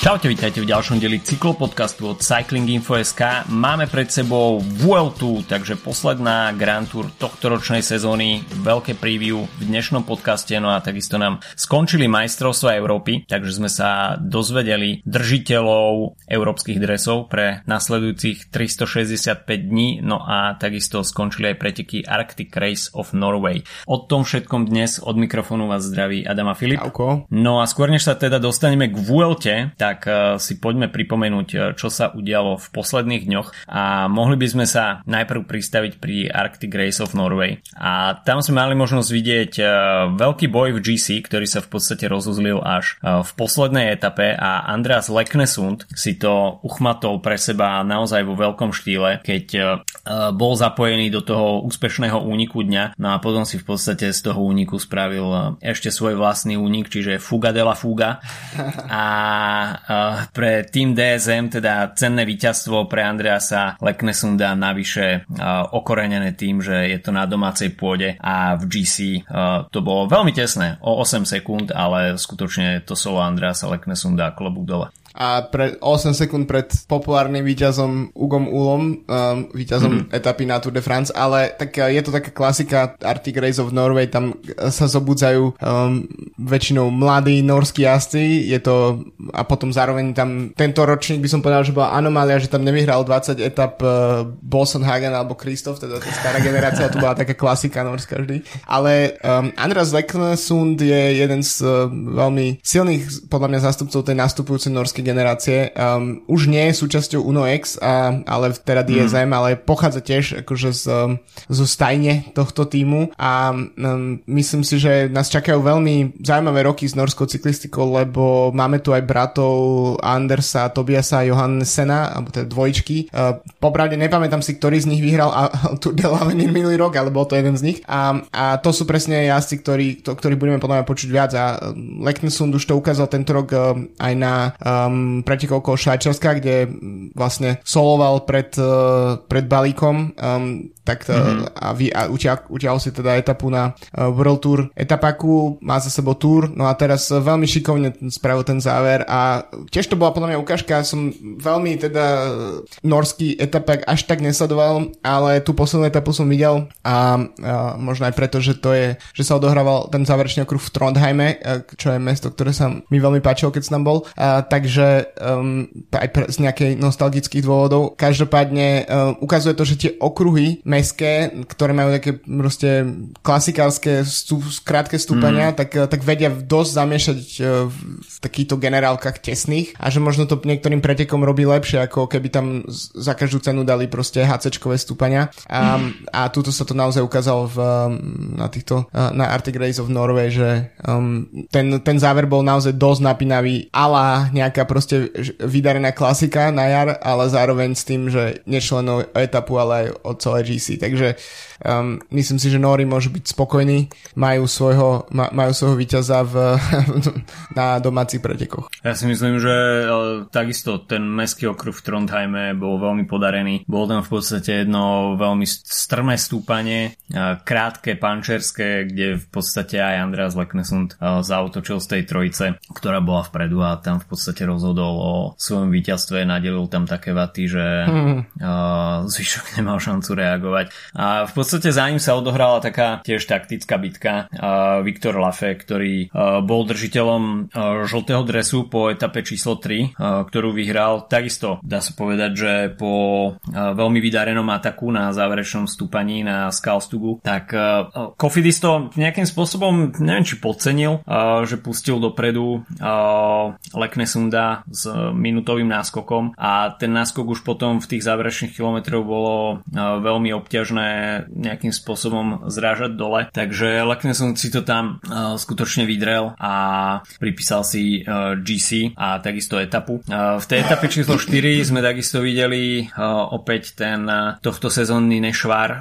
Čaute, vítajte v ďalšom dieli cyklopodcastu od Cyclinginfo.sk. Máme pred sebou Vueltu, takže posledná Grand Tour tohtoročnej sezóny, veľké preview v dnešnom podcaste, no a takisto nám skončili majstrovstvá Európy, takže sme sa dozvedeli držiteľov európskych dresov pre nasledujúcich 365 dní, no a takisto skončili aj preteky Arctic Race of Norway. O tom všetkom dnes od mikrofónu vás zdraví Adam a Filip. Čauko. No a skôr než sa teda dostaneme k Vuelte, tak si poďme pripomenúť, čo sa udialo v posledných dňoch a mohli by sme sa najprv pristaviť pri Arctic Race of Norway a tam sme mali možnosť vidieť veľký boj v GC, ktorý sa v podstate rozuzlil až v poslednej etape a Andreas Leknesund si to uchmatol pre seba naozaj vo veľkom štýle, keď bol zapojený do toho úspešného úniku dňa, no a potom si v podstate z toho úniku spravil ešte svoj vlastný únik, čiže Fuga de la Fuga a pre tým DSM teda cenné víťazstvo pre Andreasa Leknesunda, navyše okorenené tým, že je to na domácej pôde a v GC to bolo veľmi tesné, o 8 sekúnd, ale skutočne to solo Andreasa Leknesunda klobúk dole. A 8 sekúnd pred populárnym víťazom Ugom Ulom, víťazom etapy na Tour de France, ale tak je to taká klasika Arctic Race of Norway, tam sa zobudzajú väčšinou mladí norskí jazdci, je to a potom zároveň tam tento ročník by som povedal, že bola anomália, že tam nevyhral 20 etap Boasson Hagen alebo Kristoff, teda tá stará generácia, to bola taká klasika norská vždy. Ale Andreas Leknesund je jeden z veľmi silných podľa mňa zástupcov tej nastupujúcej norskej generácie. Už nie je súčasťou Uno X, ale teda DSM, ale pochádza tiež akože zo stajne tohto týmu a myslím si, že nás čakajú veľmi zaujímavé roky s norskou cyklistikou, lebo máme tu aj bratov Andersa, Tobiasa a Johannessena, alebo teda dvojičky. Popravde nepamätám si, ktorý z nich vyhral Tour de l'Avenir minulý rok, ale bol to jeden z nich. A to sú presne jazdci, ktorí budeme podľa mňa počuť viac a Leknesund už to ukázal tento rok aj na pretekov okolo Švajčiarska, kde vlastne soloval pred balíkom a utiahol si teda etapu na World Tour etapaku, má za sebou Tour, no a teraz veľmi šikovne spravil ten záver a tiež to bola podľa mňa ukážka, som veľmi teda norský etapak až tak nesledoval, ale tú poslednú etapu som videl a možno aj preto, že sa odohrával ten záverečný okruh v Trondheime, čo je mesto, ktoré sa mi veľmi páčilo, keď som tam bol, takže aj z nejakej nostalgických dôvodov. Každopádne ukazuje to, že tie okruhy mestské, ktoré majú také proste klasikárske krátke stúpania, tak vedia dosť zamiešať v takýchto generálkach tesných a že možno to niektorým pretekom robí lepšie, ako keby tam za každú cenu dali proste HC-čkové stúpania a tuto sa to naozaj ukázalo na Arctic Race of Norway, že ten záver bol naozaj dosť napínavý ala nejaká proste vydarená klasika na jar, ale zároveň s tým, že nešlo len o etapu, ale aj o celé GC. Takže myslím si, že Nóri môžu byť spokojní, majú svojho víťaza na domácich pretekoch. Ja si myslím, že takisto ten mestský okruh v Trondheime bol veľmi podarený. Bolo tam v podstate jedno veľmi strmé stúpanie, krátke, pančerské, kde v podstate aj Andreas Leknesund zaútočil z tej trojice, ktorá bola vpredu a tam v podstate rozhodol o svojom víťazstve, nadelil tam také vaty, že zvyšok nemal šancu reagovať. A v podstate za ním sa odohrala taká tiež taktická bitka. Viktor Lafay, ktorý bol držiteľom žltého dresu po etape číslo 3, ktorú vyhral. Takisto dá sa povedať, že po veľmi vydarenom ataku na záverečnom stúpaní na Skalstugu, tak Cofidis to nejakým spôsobom, neviem či podcenil, že pustil dopredu Leknesunda s minútovým náskokom a ten náskok už potom v tých záverečných kilometroch bolo veľmi obťažné nejakým spôsobom zrážať dole, takže Leknesund si to tam skutočne vydrel a pripísal si GC a takisto etapu. V tej etape číslo 4 sme takisto videli opäť ten tohto sezónny nešvar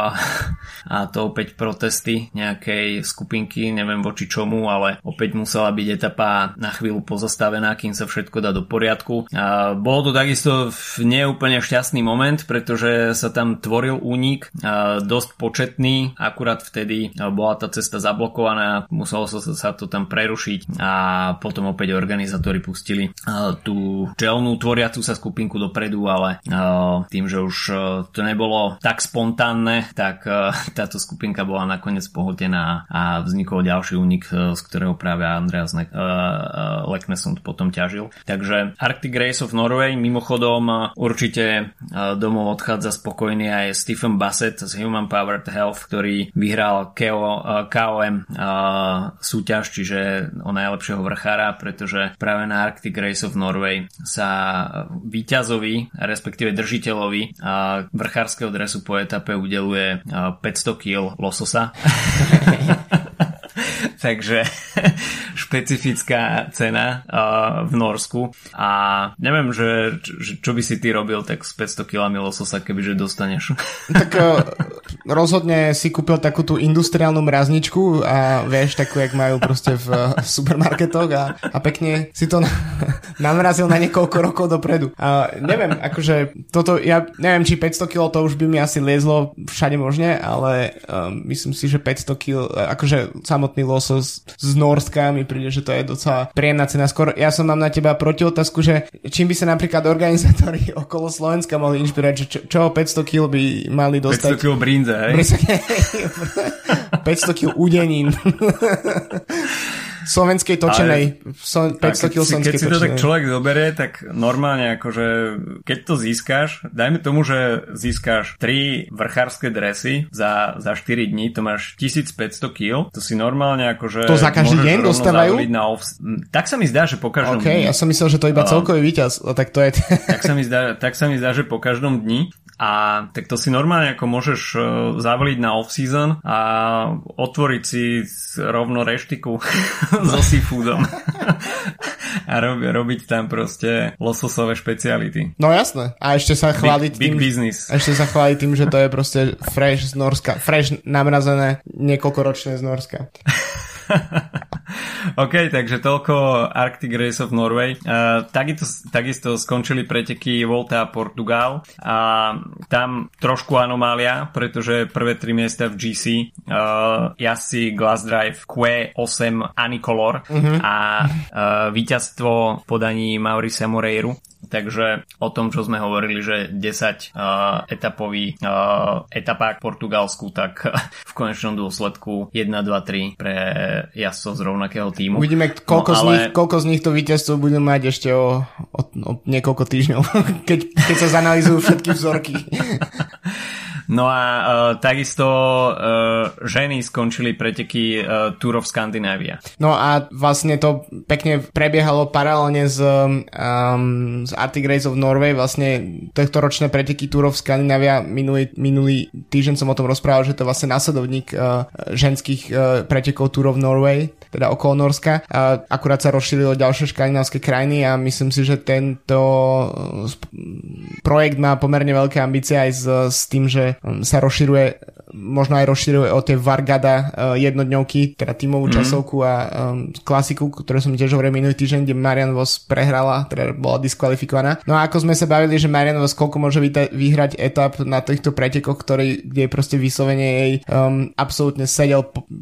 a to opäť protesty nejakej skupinky, neviem voči čomu, ale opäť musela byť etapa na chvíľu pozastavená, kým sa všetko dá do poriadku. Bolo to takisto neúplne šťastný moment, pretože sa tam tvoril únik dosť početný, akurát vtedy bola tá cesta zablokovaná, muselo sa to tam prerušiť a potom opäť organizátori pustili tú čelnú tvoriacu sa skupinku dopredu, ale tým, že už to nebolo tak spontánne, tak táto skupinka bola nakoniec pohltená a vznikol ďalší únik, z ktorého práve Andreas Leknesund potom ťažil. Takže Arctic Race of Norway, mimochodom určite domov odchádza spokojný aj Stephen Bassett z Human Powered Health, ktorý vyhral KOM súťaž, čiže o najlepšieho vrchára, pretože práve na Arctic Race of Norway sa víťazovi, respektíve držiteľovi vrchárskeho dresu po etape udeluje 500 kg lososa. Takže špecifická cena v Norsku a neviem, že čo by si ty robil tak s 500 kg lososa, kebyže dostaneš. Tak rozhodne si kúpil takú tú industriálnu mrazničku a vieš, takú, jak majú proste v supermarketoch a pekne si to namrazil na niekoľko rokov dopredu. Neviem, akože toto, ja neviem, či 500 kg to už by mi asi liezlo všade možne, ale myslím si, že 500 kg, akože samotný losos z Norska mi príde, že to je docela príjemná cena. Skôr ja som mám na teba protiotázku, že čím by sa napríklad organizátori okolo Slovenska mohli inšpirovať, že čo 500 kg by mali dostať? 500 kg brinze, hej? 500 kg udenín. Slovenskej točenej. 500 kg slovenskej točenej. Keď si to tak človek zoberie, tak normálne akože keď to získaš, dajme tomu, že získaš 3 vrchárske dresy za 4 dní, to máš 1500 kg, to si normálne akože to za každý deň dostávajú? Tak sa mi zdá, že po každom dni. Ja som myslel, že to iba celkový víťaz, tak to je. tak sa mi zdá, že po každom dni. A tak to si normálne ako môžeš zavoliť na off-season a otvoriť si rovno reštiku so seafoodom a robiť tam proste lososové špeciality. No jasné. A ešte sa chváliť big business. Ešte sa chváliť tým, že to je proste fresh z Norska. Fresh namrazené niekoľkoročné z Norska. OK, takže toľko Arctic Race of Norway. Takisto skončili preteky Volta a Portugal a tam trošku anomália, pretože prvé 3 miesta v GC jazdci Glassdrive Q8 Anicolor a víťazstvo v podaní Mauricia Moreiru. Takže o tom, čo sme hovorili, že 10 etapový etapák v Portugalsku, tak v konečnom dôsledku 1, 2, 3 pre jazdcov z rovnakého tímu. Uvidíme, koľko z nich to víťazstvo budú mať ešte o niekoľko týždňov, keď sa zanalýzujú všetky vzorky. No a takisto ženy skončili preteky Tour of Scandinavia. No a vlastne to pekne prebiehalo paralelne z Arctic Race of Norway, vlastne tohtoročné preteky Tour of Scandinavia minulý týždeň som o tom rozprával, že to je vlastne následovník ženských pretekov Tour of Norway, teda okolo Norska. Akurát sa rozšírilo ďalšie škandinávske krajiny a myslím si, že tento projekt má pomerne veľké ambície aj s tým, že sa možno aj rozširuje o tie Vargada jednodňovky, teda tímovú časovku a klasiku, ktorú som tiež hovoril minulý týždeň, kde Marianne Vos prehrala, teda bola diskvalifikovaná. No a ako sme sa bavili, že Marianne Vos koľko môže vyhrať etap na týchto pretekoch, kde proste vyslovene jej absolútne sedel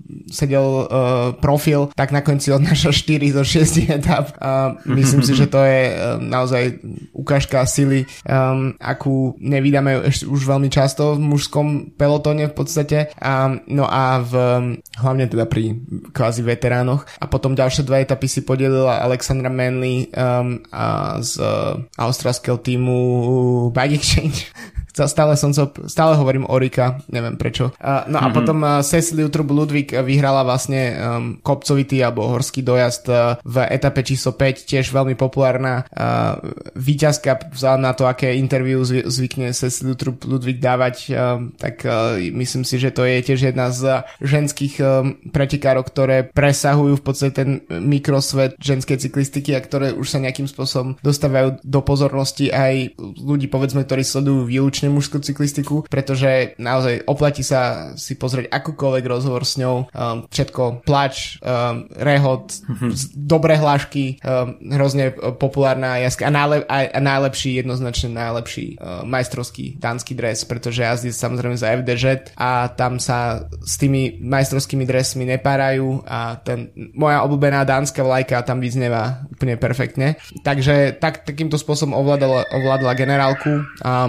profil, tak nakoniec si odnáša 4 zo 6 etap. Myslím si, že to je naozaj ukážka sily, akú nevydáme už veľmi často v mužskom pelotóne v podstate. No a hlavne teda pri kvázi veteránoch. A potom ďalšie 2 etapy si podelila Alexandra Manley z austrálskeho týmu Bike Exchange. Stále hovorím Orica, neviem prečo. No a potom Cecilie Uttrup Ludwig vyhrala vlastne kopcovitý alebo horský dojazd v etape číslo 5, tiež veľmi populárna víťazka, vzhľadom na to, aké interview zvykne Cecilie Uttrup Ludwig dávať, tak myslím si, že to je tiež jedna z ženských pretekárov, ktoré presahujú v podstate ten mikrosvet ženskej cyklistiky a ktoré už sa nejakým spôsobom dostávajú do pozornosti aj ľudí, povedzme, ktorí sledujú výlučne skutočne mužskú cyklistiku, pretože naozaj oplatí sa si pozrieť akúkoľvek rozhovor s ňou, všetko plač, rehot, dobré hlášky, hrozne populárna jazdka a najlepší, jednoznačne najlepší majstrovský dánsky dres, pretože jazdí samozrejme za FDŽ a tam sa s tými majstrovskými dresmi nepárajú a moja obľúbená dánska vlajka tam vyznieva úplne perfektne. Takže takýmto spôsobom ovládala generálku.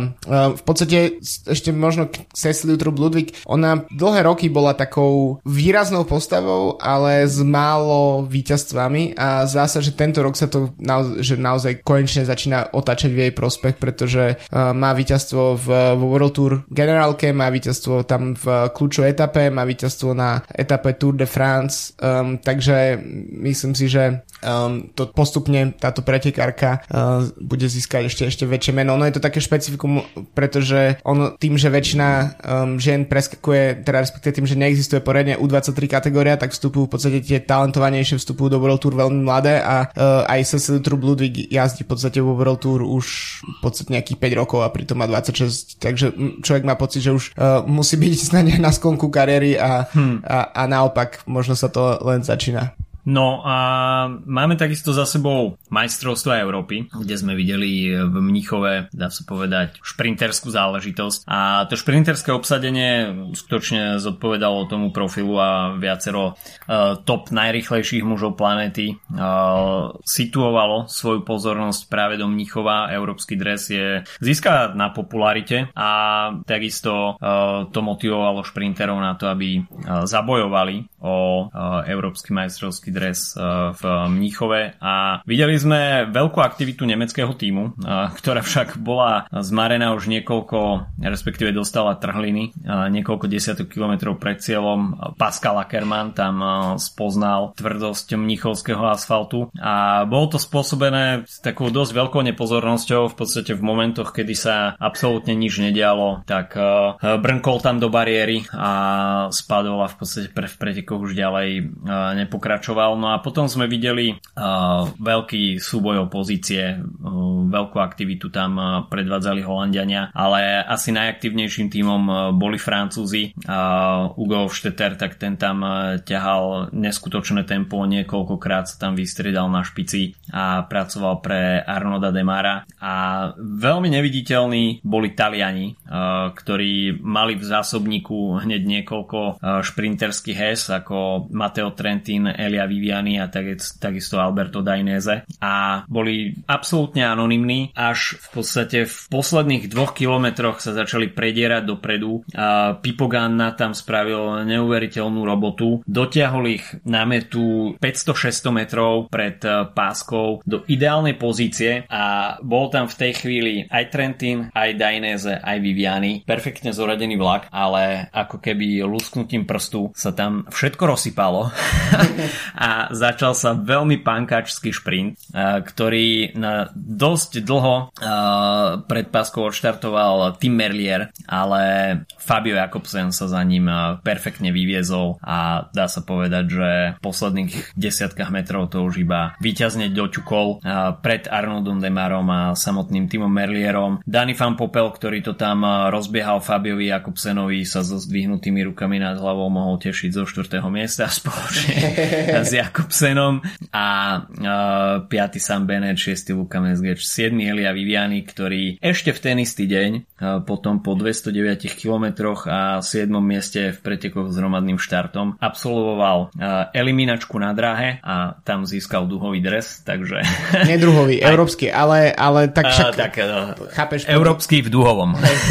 V podstate ešte možno Cecilie Uttrup-Ludwig, ona dlhé roky bola takou výraznou postavou, ale s málo víťazstvami a zdá sa, že tento rok sa to naozaj konečne začína otáčať v jej prospech, pretože má víťazstvo v World Tour generálke, má víťazstvo tam v kľúčovej etape, má víťazstvo na etape Tour de France, takže myslím si, že to postupne táto pretekárka bude získať ešte väčšie meno. Ono je to také špecifikum, pretože tým, že väčšina žien preskakuje, teda respektíve tým, že neexistuje poriadne U23 kategória, tak vstupujú v podstate tie talentovanejšie vstupujú do World Tour veľmi mladé a aj Cecilie Uttrup-Ludwig jazdí v podstate vo World Tour už v podstate nejakých 5 rokov a pritom má 26, takže človek má pocit, že už musí byť na sklonku kariéry a naopak možno sa to len začína. No a máme takisto za sebou majstrovstvá Európy, kde sme videli v Mníchove, dá sa povedať, šprinterskú záležitosť. A to šprinterské obsadenie skutočne zodpovedalo tomu profilu a viacero top najrýchlejších mužov planéty situovalo svoju pozornosť práve do Mníchova. Európsky dres získa na popularite a takisto to motivovalo šprinterov na to, aby zabojovali o európsky majstrovský dres v Mníchove a videli sme veľkú aktivitu nemeckého tímu, ktorá však bola zmarená už respektíve dostala trhliny niekoľko desiatok kilometrov pred cieľom. Pascal Ackermann tam spoznal tvrdosť mníchovského asfaltu a bolo to spôsobené s takou dosť veľkou nepozornosťou. V podstate v momentoch, kedy sa absolútne nič nedialo, tak brnkol tam do bariéry a spadol a v podstate v pretekoch už ďalej nepokračoval. No a potom sme videli veľký súboj o pozície, veľkú aktivitu tam predvádzali Holanďania, ale asi najaktívnejším tímom boli Francúzi. Hugo Hofstetter, tak ten tam ťahal neskutočné tempo, niekoľkokrát sa tam vystriedal na špici a pracoval pre Arnolda Demara a veľmi neviditeľní boli Taliani, ktorí mali v zásobníku hneď niekoľko šprinterských hes ako Matteo Trentin, Elia Viviani a takisto Alberto Dainese a boli absolútne anonymní, až v podstate v posledných 2 kilometroch sa začali predierať dopredu a Pipo Ganna tam spravil neuveriteľnú robotu, dotiahol ich na metu 500-600 metrov pred páskou do ideálnej pozície a bol tam v tej chvíli aj Trentin, aj Dainese, aj Viviani, perfektne zoradený vlak, ale ako keby lusknutím prstu sa tam všetko rozsypalo a začal sa veľmi pankáčský šprint, ktorý na dosť dlho pred páskou odštartoval Tim Merlier, ale Fabio Jakobsen sa za ním perfektne vyviezol a dá sa povedať, že v posledných desiatkách metrov to už iba víťazne doťukol pred Arnoldom Demarom a samotným Timom Merlierom. Dani van Poppel, ktorý to tam rozbiehal Fabiovi Jakobsenovi, sa so zdvihnutými rukami nad hlavou mohol tešiť zo 4. miesta spoločne s Jakobsenom a 5. Sam Bennett, 6. Luka Mesgeč, 7. Elia Viviani, ktorý ešte v ten istý deň potom po 209 kilometroch a 7. mieste v pretekoch s hromadným štartom absolvoval eliminačku na dráhe a tam získal duhový dres, takže... Nedruhový, európsky, ale tak však... chápeš, európsky v duhovom.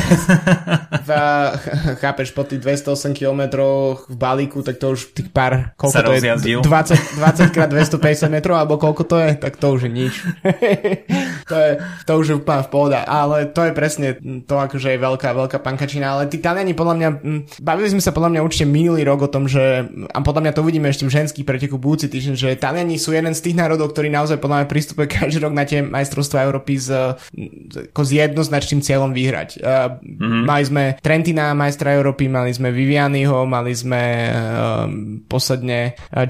Chápeš, po tých 208 kilometroch v balíku, tak to už tých pár... Koľko sa to rozjazdil. je? 20 krát 250 metrov, alebo koľko to je? Tak to už je nič. to už je úplne v pohode, ale to je presne to, akože je veľká pankačina, ale tí Taliani podľa mňa, bavili sme sa podľa mňa určite minulý rok o tom, že, a podľa mňa to uvidíme ešte v ženských preteku budúci týždeň, že Taliani sú jeden z tých národov, ktorí naozaj podľa mňa pristupuje každý rok na tie majstrovstvá Európy s jednoznačným cieľom vyhrať. Mali sme Trentina, majstra Európy, mali sme Vivianiho, mali sme posledne Giacomo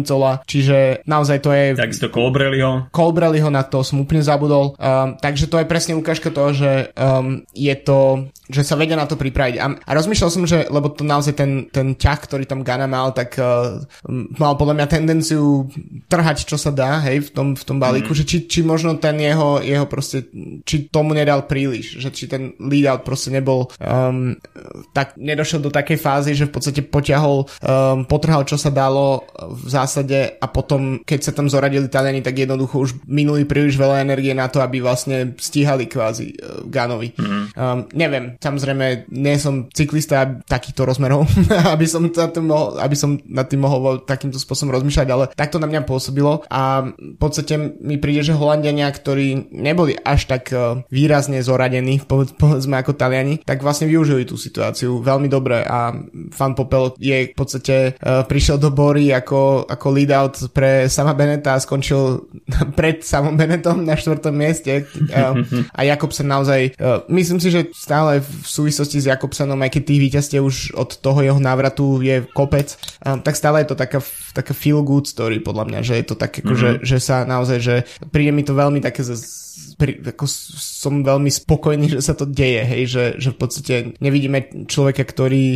Nicola, čiže naozaj to je... Takisto Colbrelliho, na to som úplne zabudol. Takže to je presne ukážka toho, že je to, že sa vedia na to pripraviť. A rozmýšľal som, že lebo to naozaj ten ťah, ktorý tam Ghana mal, tak mal podľa mňa tendenciu trhať, čo sa dá, hej, v tom balíku, že či možno ten jeho proste, či tomu nedal príliš, že či ten lead out proste nebol tak nedošiel do takej fázy, že v podstate potrhal, čo sa dalo v zásade a potom, keď sa tam zoradili Taliani, tak jednoducho už minuli príliš veľa energie na to, aby vlastne stíhali kvázi Ghanovi. Neviem, samozrejme nie som cyklista takýchto rozmerov, aby som nad tým mohol takýmto spôsobom rozmýšľať, ale takto na mňa pôsobilo a v podstate mi príde, že Holanďania, ktorí neboli až tak výrazne zoradení, povedzme ako Taliani, tak vlastne využili tú situáciu veľmi dobre a Van Poppel je v podstate prišiel do Bory ako lead out pre Sama Beneta a skončil pred Samom Benetom na 4. mieste a Jakobsen naozaj myslím si, že stále v súvislosti s Jakobsenom, aj keď tých víťazstiev už od toho jeho návratu je kopec, tak stále je to taká feel good story podľa mňa, že je to tak že sa naozaj, že príde mi to veľmi také ako som veľmi spokojný, že sa to deje, hej, že v podstate nevidíme človeka, ktorý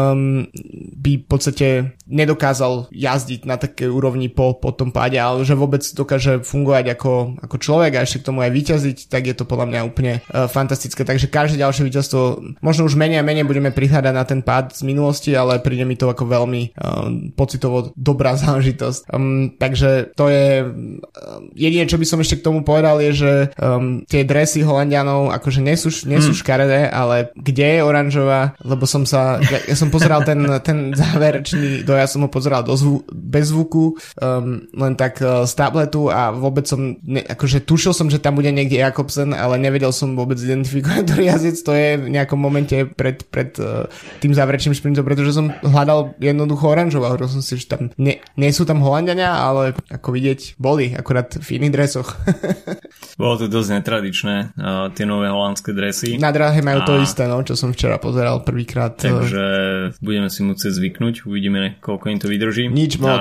by v podstate nedokázal jazdiť na takej úrovni po tom páde, ale že vôbec dokáže fungovať ako človek a ešte k tomu aj vyťaziť, tak je to podľa mňa úplne fantastické. Takže každé ďalšie víťazstvo, možno už menej a menej budeme prihľadať na ten pád z minulosti, ale príde mi to ako veľmi pocitovo dobrá záležitosť. Takže to je jediné, čo by som ešte k tomu povedal, je, že tie dresy Holandianov akože nie sú škaredé, ale kde je oranžová, lebo ja som pozeral ten záverečný, ja som ho pozeral bez zvuku, len tak z tabletu a vôbec som, akože tušil som, že tam bude niekde Jakobsen, ale nevedel som vôbec identifikovať, ktorý jazdec to je v nejakom momente pred tým záverečným šprintom, pretože som hľadal jednoducho oranžová, hovoril som si, že tam nie sú tam Holandiania, ale ako vidieť, boli akurát v iných dresoch. Bolo to dosť netradičné, tie nové holandské dresy. Na dráhe majú to isté, čo som včera pozeral prvýkrát. Takže budeme si musieť zvyknúť, uvidíme, koľko im to vydrží. Nič moc.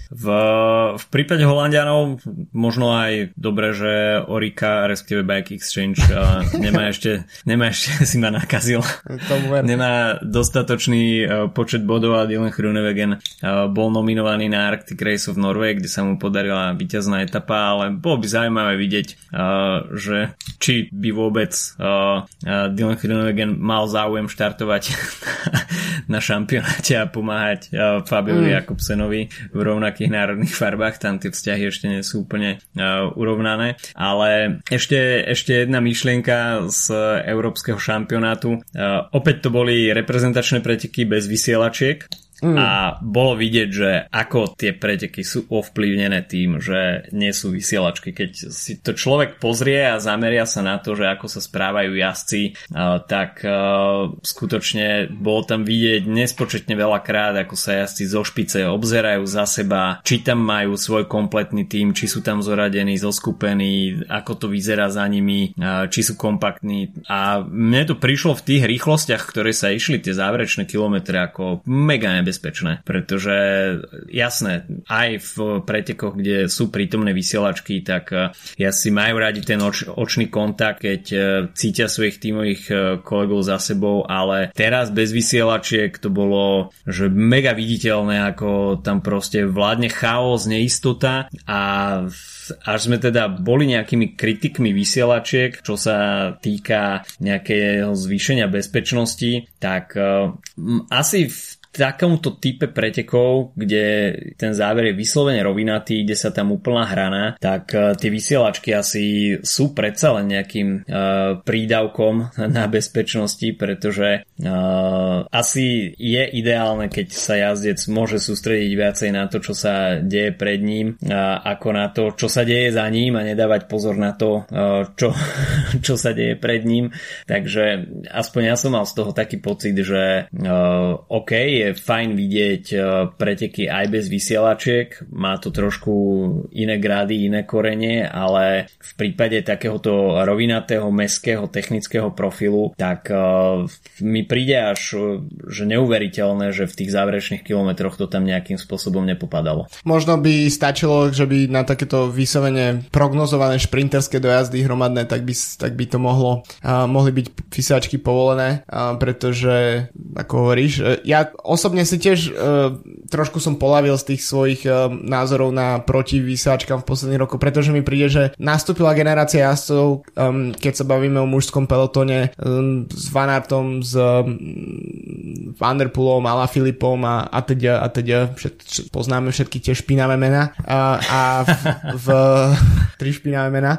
V prípade Holandianov možno aj dobre, že Orica, respektíve Bike Exchange nemá ešte si ma nakazil. Nemá dostatočný počet bodov a Dylan Groenewegen bol nominovaný na Arctic Race of Norway, kde sa mu podarila víťazná etapa, ale bolo by zaujímavé vidieť, že či by vôbec Dylan Groenewegen mal záujem štartovať na šampionáte a pomáhať Fabiovi Jakobsenovi v rovnakých národných farbách. Tam tie vzťahy ešte nie sú úplne urovnané. Ale ešte jedna myšlienka z európskeho šampionátu. Opäť to boli reprezentačné preteky bez vysielačiek. A bolo vidieť, že ako tie preteky sú ovplyvnené tým, že nie sú vysielačky. Keď si to človek pozrie a zameria sa na to, že ako sa správajú jazdci, tak skutočne bolo tam vidieť nespočetne veľakrát, ako sa jazdci zo špice obzerajú za seba, či tam majú svoj kompletný tím, či sú tam zoradení, zoskupení, ako to vyzerá za nimi, či sú kompaktní. A mne to prišlo v tých rýchlostiach, ktoré sa išli tie záverečné kilometre, ako mega nebezpečné, pretože jasné, aj v pretekoch, kde sú prítomné vysielačky, tak si majú radi ten očný kontakt, keď cítia svojich tímových kolegov za sebou, ale teraz bez vysielačiek to bolo, že mega viditeľné, ako tam proste vládne chaos, neistota a až sme teda boli nejakými kritikmi vysielačiek, čo sa týka nejakého zvýšenia bezpečnosti, tak asi v takomto type pretekov, kde ten záver je vyslovene rovinatý, kde sa tam úplná hrana, tak tie vysielačky asi sú predsa len nejakým prídavkom na bezpečnosti, pretože asi je ideálne, keď sa jazdec môže sústrediť viacej na to, čo sa deje pred ním, ako na to, čo sa deje za ním a nedávať pozor na to, čo sa deje pred ním. Takže aspoň ja som mal z toho taký pocit, že OK, je fajn vidieť preteky aj bez vysielačiek, má to trošku iné grády, iné korene, ale v prípade takéhoto rovinatého, mestského, technického profilu, tak mi príde až že neuveriteľné, že v tých záverečných kilometroch to tam nejakým spôsobom nepopadalo. Možno by stačilo, že by na takéto vyslovene prognozované šprinterské dojazdy hromadné, tak by to mohli byť vysielačky povolené, pretože ako hovoríš, ja osobne si tiež trošku som polavil z tých svojich názorov na proti vysielačkám v posledných rokoch, pretože mi príde, že nastúpila generácia jazdcov, keď sa bavíme o mužskom pelotone, s Van Aertom, s Van der Poelom, Alaphilippom a teda poznáme všetky tie špinavé mená tri špinavé mená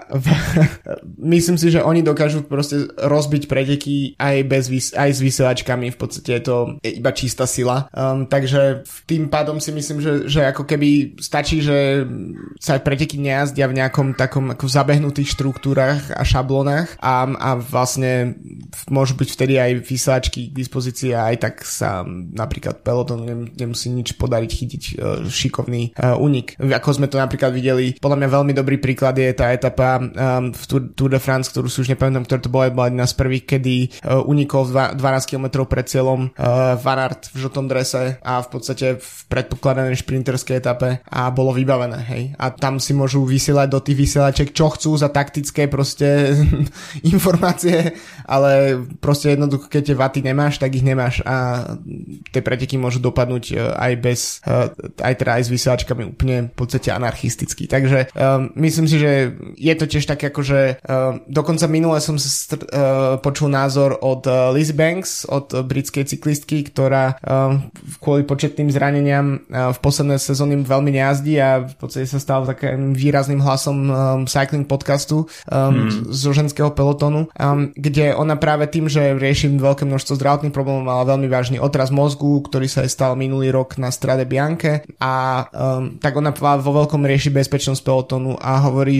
myslím si, že oni dokážu proste rozbiť preteky aj s vysielačkami, v podstate je to iba čistá sila, takže tým pádom si myslím, že ako keby stačí, že sa preteky nejazdia v nejakom takom ako zabehnutých štruktúrach a šablónach a vlastne môžu byť vtedy aj vysielačky k dispozícii a aj tak sa napríklad peloton nemusí nič podariť chytiť šikovný únik. Ako sme to napríklad videli, podľa mňa veľmi dobrý príklad je tá etapa v Tour de France, ktorú si už nepamätám, ktorá to bola jedna z prvých, kedy unikol 12 km pred cieľom Van Aert v žltom drese a v podstate v predpokladanej šprinterskej etape a bolo vybavené, hej. A tam si môžu vysielať do tých vysielačiek, čo chcú za taktické proste informácie, ale proste jednoducho, keď tie vaty nemáš, tak ich nemáš a tie preteky môžu dopadnúť aj s vysielačkami úplne v podstate anarchisticky. Takže myslím si, že je to tiež tak akože dokonca minule som počul názor od Lizzie Banks, od britskej cyklistky, ktorá kvôli početným zraneniam v poslednej sezóne veľmi nejazdí a v podstate sa stal takým výrazným hlasom cycling podcastu zo ženského pelotonu, kde ona práve tým, že rieši veľké množstvo zdravotných problémov, mala veľmi vážny otraz mozgu, ktorý sa jej stal minulý rok na Strade Bianche a tak ona vo veľkom rieši bezpečnosť pelotonu a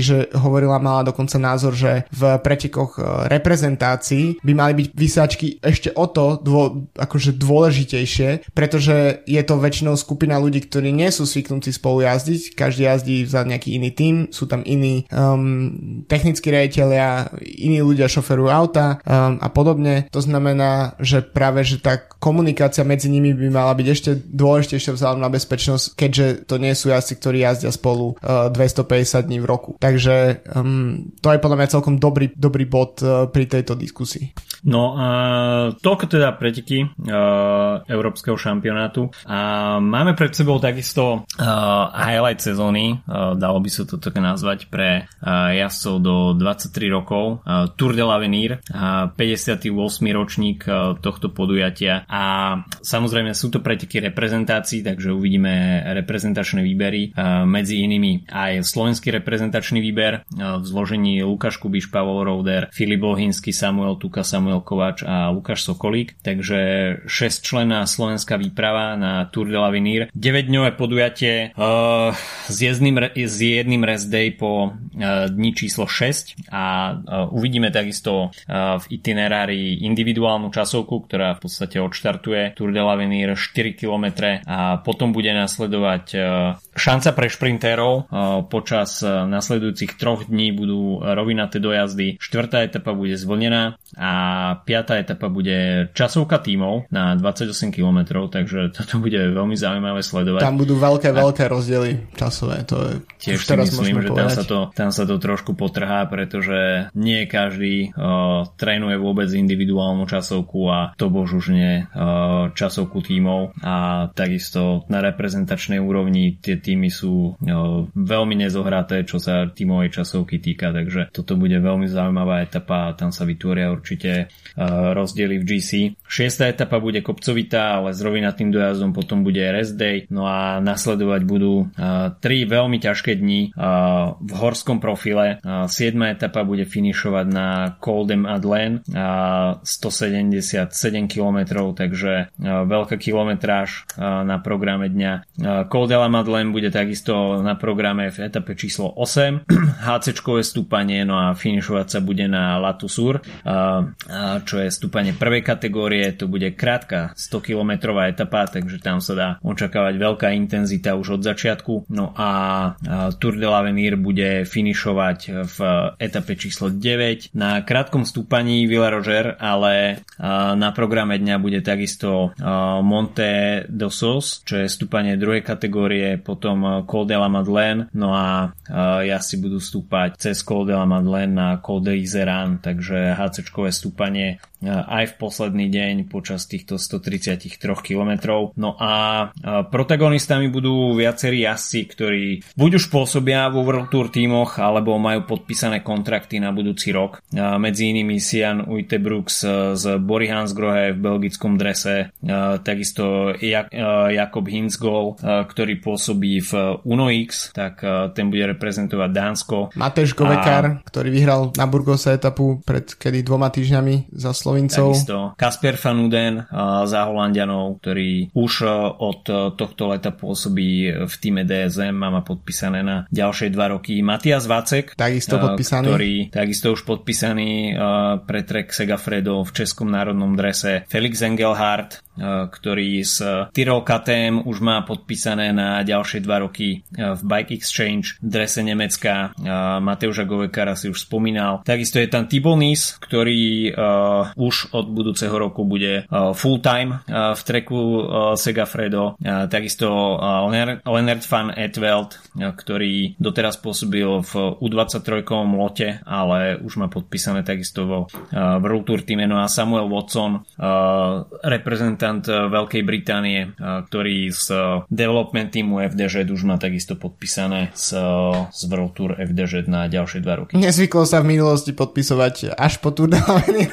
mala dokonca názor, že v pretekoch reprezentácií by mali byť vysielačky ešte o to akože dôležitejšie, pretože je to väčšinou skupina ľudí, ktorí nie sú zvyknutí spolu jazdiť, každý jazdí za nejaký iný tím, sú tam iní technickí riaditelia, iní ľudia šoferujú auta a podobne. To znamená, že práve že tá komunikácia medzi nimi by mala byť ešte dôležitejšia vzhľadom na bezpečnosť, keďže to nie sú jazdci, ktorí jazdia spolu 250 dní v roku. Takže to je podľa mňa celkom dobrý bod pri tejto diskusii. No a toľko teda preteky Európskeho šampionátu a máme pred sebou takisto highlight sezóny, dalo by sa to tak nazvať, pre jazdcov do 23 rokov, Tour de l'Avenir, 58. ročník tohto podujatia a samozrejme sú to preteky reprezentácií, takže uvidíme reprezentačné výbery, medzi inými aj slovenský reprezentačný výber v zložení Lukáš Kubiš, Pavol Rouder, Filip Bohinský, Samuel Tuka, Samuel Kovač a Lukáš Sokolík, takže 6-členná slovenská výprava na Tour de l'Avenir, 9-dňové podujatie s jedným rest day po dni číslo 6 a uvidíme takisto v itinerári individuálnu časovku, ktorá v podstate odštartuje Tour de l'Avenir 4 km a potom bude nasledovať šanca pre šprintérov. Počas nasledujúcich 3 dní budú rovinaté dojazdy, 4. etapa bude zvlnená a 5. etapa bude časovka tímov na 28 km, takže toto bude veľmi zaujímavé sledovať. Tam budú veľké rozdiely časové, to je tiež si myslím, že tam sa to trošku potrhá, pretože nie každý trénuje vôbec individuálnu časovku a to bož už nie časovku tímov a takisto na reprezentačnej úrovni tie tímy sú veľmi nezohraté, čo sa tímovej časovky týka, takže toto bude veľmi zaujímavá etapa a tam sa vytvoria určite rozdiely v GC. 6. etapa bude kopcovitá, ale s rovinatým dojazdom potom bude rest day, no a nasledovať budú 3 veľmi ťažké dni v horskom profile. 7. etapa bude finišovať na Col de Madeleine 177 km, takže veľká kilometráž na programe dňa. Col de la Madeleine bude takisto na programe v etape číslo 8, HC-čkové stúpanie, no a finišovať sa bude na La Toussour, čo je stúpanie prvej kategórie kategórie to bude krátka 100-kilometrová etapa, takže tam sa dá očakávať veľká intenzita už od začiatku. No a Tour de l'Avenir bude finišovať v etape číslo 9 na krátkom stúpaní Villaroger, ale na programe dňa bude takisto Monte d'Osos, čo je stúpanie druhej kategórie, potom Col de la Madeleine, no a jazdci budú stúpať cez Col de la Madeleine na Col de Izeran, takže HC-čkové stúpanie aj v posledný deň počas týchto 133 kilometrov. No a protagonistami budú viacerí jazdci, ktorí buď už pôsobia vo World Tour tímoch, alebo majú podpísané kontrakty na budúci rok. Medzi inými Sian Uijtebroeks z Bori Hansgrohe v belgickom drese, takisto Jakob Hinsgol, ktorý pôsobí v Uno X, tak ten bude reprezentovať Dánsko. Matej Govekar, ktorý vyhral na Burgose etapu pred 2 týždňami za Slovincov. Takisto Kasper van Uden za Holandianov, ktorý už od tohto leta pôsobí v týme DSM a má podpísané na ďalšie 2 roky. Matias Vacek, takisto podpísaný, ktorý takisto už podpísaný pre Trek Segafredo v českom národnom drese. Felix Engelhardt, ktorý z Tyrrell KTM už má podpísané na ďalšie 2 roky v Bike Exchange v drese Nemecka. Mateuša Govekara si už spomínal. Takisto je tam Thibaut Nice, ktorý už od budúceho roku bude full time v treku Segafredo. Takisto Lennart van Etveld, ktorý doteraz pôsobil v U23 lote, ale už má podpísané takisto vo World Tour týme. No a Samuel Watson, reprezentant Veľkej Británie, ktorý z development týmu FDŽ už má takisto podpísané z World Tour FDŽ na ďalšie 2 roky. Nezvyklo sa v minulosti podpisovať až po Tour de l'Avenir.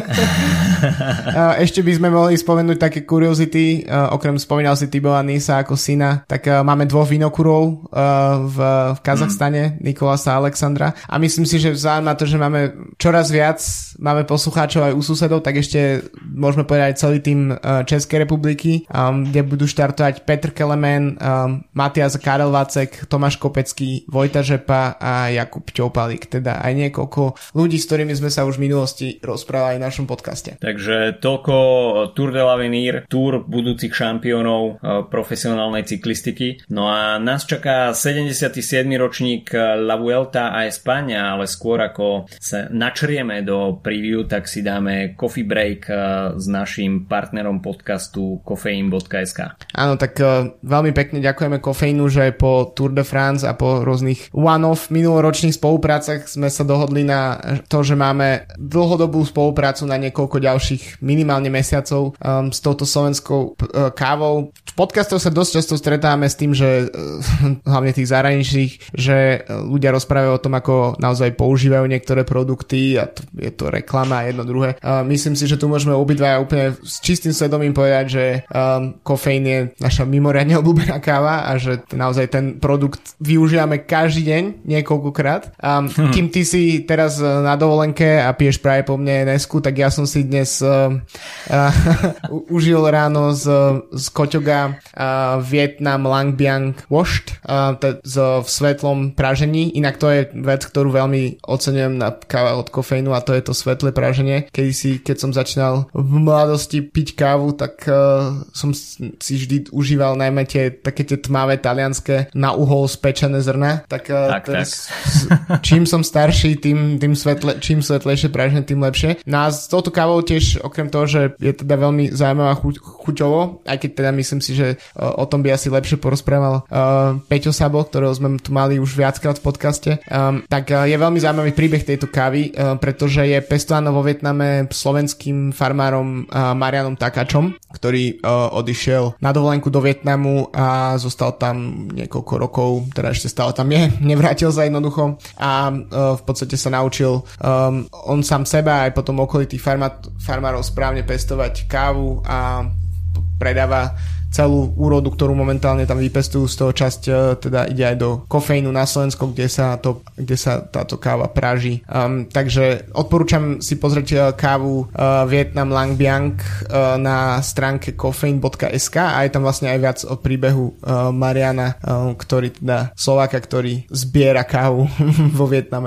Ešte by sme mohli spomenúť také kuriozity, okrem spomínal si Thibaut Nicea ako syna, tak máme 2 vinokurov v Kazachstane, Nikolasa a Alexandra, a myslím si, že vzhľadom na to, že máme čoraz viac poslucháčov aj u susedov, tak ešte môžeme povedať celý tým Českej republiky, kde budú štartovať Petr Kelemen, Matias Karel Vacek, Tomáš Kopecký, Vojta Žepa a Jakub Ťopalík, teda aj niekoľko ľudí, s ktorými sme sa už v minulosti rozprávali v našom podcaste. Takže toľko Tour de l'Avenir, Tour budúcich šampiónov profesionálnej cyklistiky. No a nás čaká 77. ročník La Vuelta a España, ale skôr ako sa načrieme do preview, tak si dáme coffee break s naším partnerom podcastu Kofeín.sk. Áno, tak veľmi pekne ďakujeme Kofeínu, že po Tour de France a po rôznych one-off minuloročných spoluprácach sme sa dohodli na to, že máme dlhodobú spoluprácu na niekoľko ďalších minimálne mesiacov s touto slovenskou kávou. V podcastoch sa dosť často stretávame s tým, že hlavne tých zahraničných, že ľudia rozprávajú o tom, ako naozaj používajú niektoré produkty a je to reklama a jedno druhé. Myslím si, že tu môžeme obidvaja úplne s čistým svedomím povedať, že Kofeín je naša mimoriadne obľúbená káva a že naozaj ten produkt využívame každý deň niekoľkokrát. Kým ty si teraz na dovolenke a piješ práve po mne Nesku, tak ja som si dnes užil ráno z Koťoga Vietnam Lang Biang Washed v svetlom pražení. Inak to je vec, ktorú veľmi oceňujem na káve od Kofeínu, a to je to svetlé praženie. Keď som začínal v mladosti piť kávu, tak som si vždy užíval najmä také tie tmavé talianské na uhol spečené zrna. Tak. Čím som starší, čím svetlejšie praženie, tým lepšie. No a s touto kávou tiež, okrem toho, že je teda veľmi zaujímavá chuťovo, aj keď teda myslím si, že o tom by asi lepšie porozprával Peťo Sabo, ktorého sme tu mali už viackrát v podcaste, tak je veľmi zaujímavý príbeh tejto kávy, pretože je pestovaná vo Vietname slovenským farmárom Marianom Takáčom, ktorý odišiel na dovolenku do Vietnamu a zostal tam niekoľko rokov, teda ešte stále tam je, nevrátil sa jednoducho a v podstate sa naučil on sám seba aj potom okolitých farmárov správne pestovať kávu a predáva celú úrodu, ktorú momentálne tam vypestujú. Z toho časť teda ide aj do Kofeínu na Slovensko, kde sa táto káva praží. Takže odporúčam si pozrieť kávu Vietnam Lang Biang na stránke kofein.sk a je tam vlastne aj viac o príbehu Mariana, ktorý teda Slováka, ktorý zbiera kávu vo Vietname.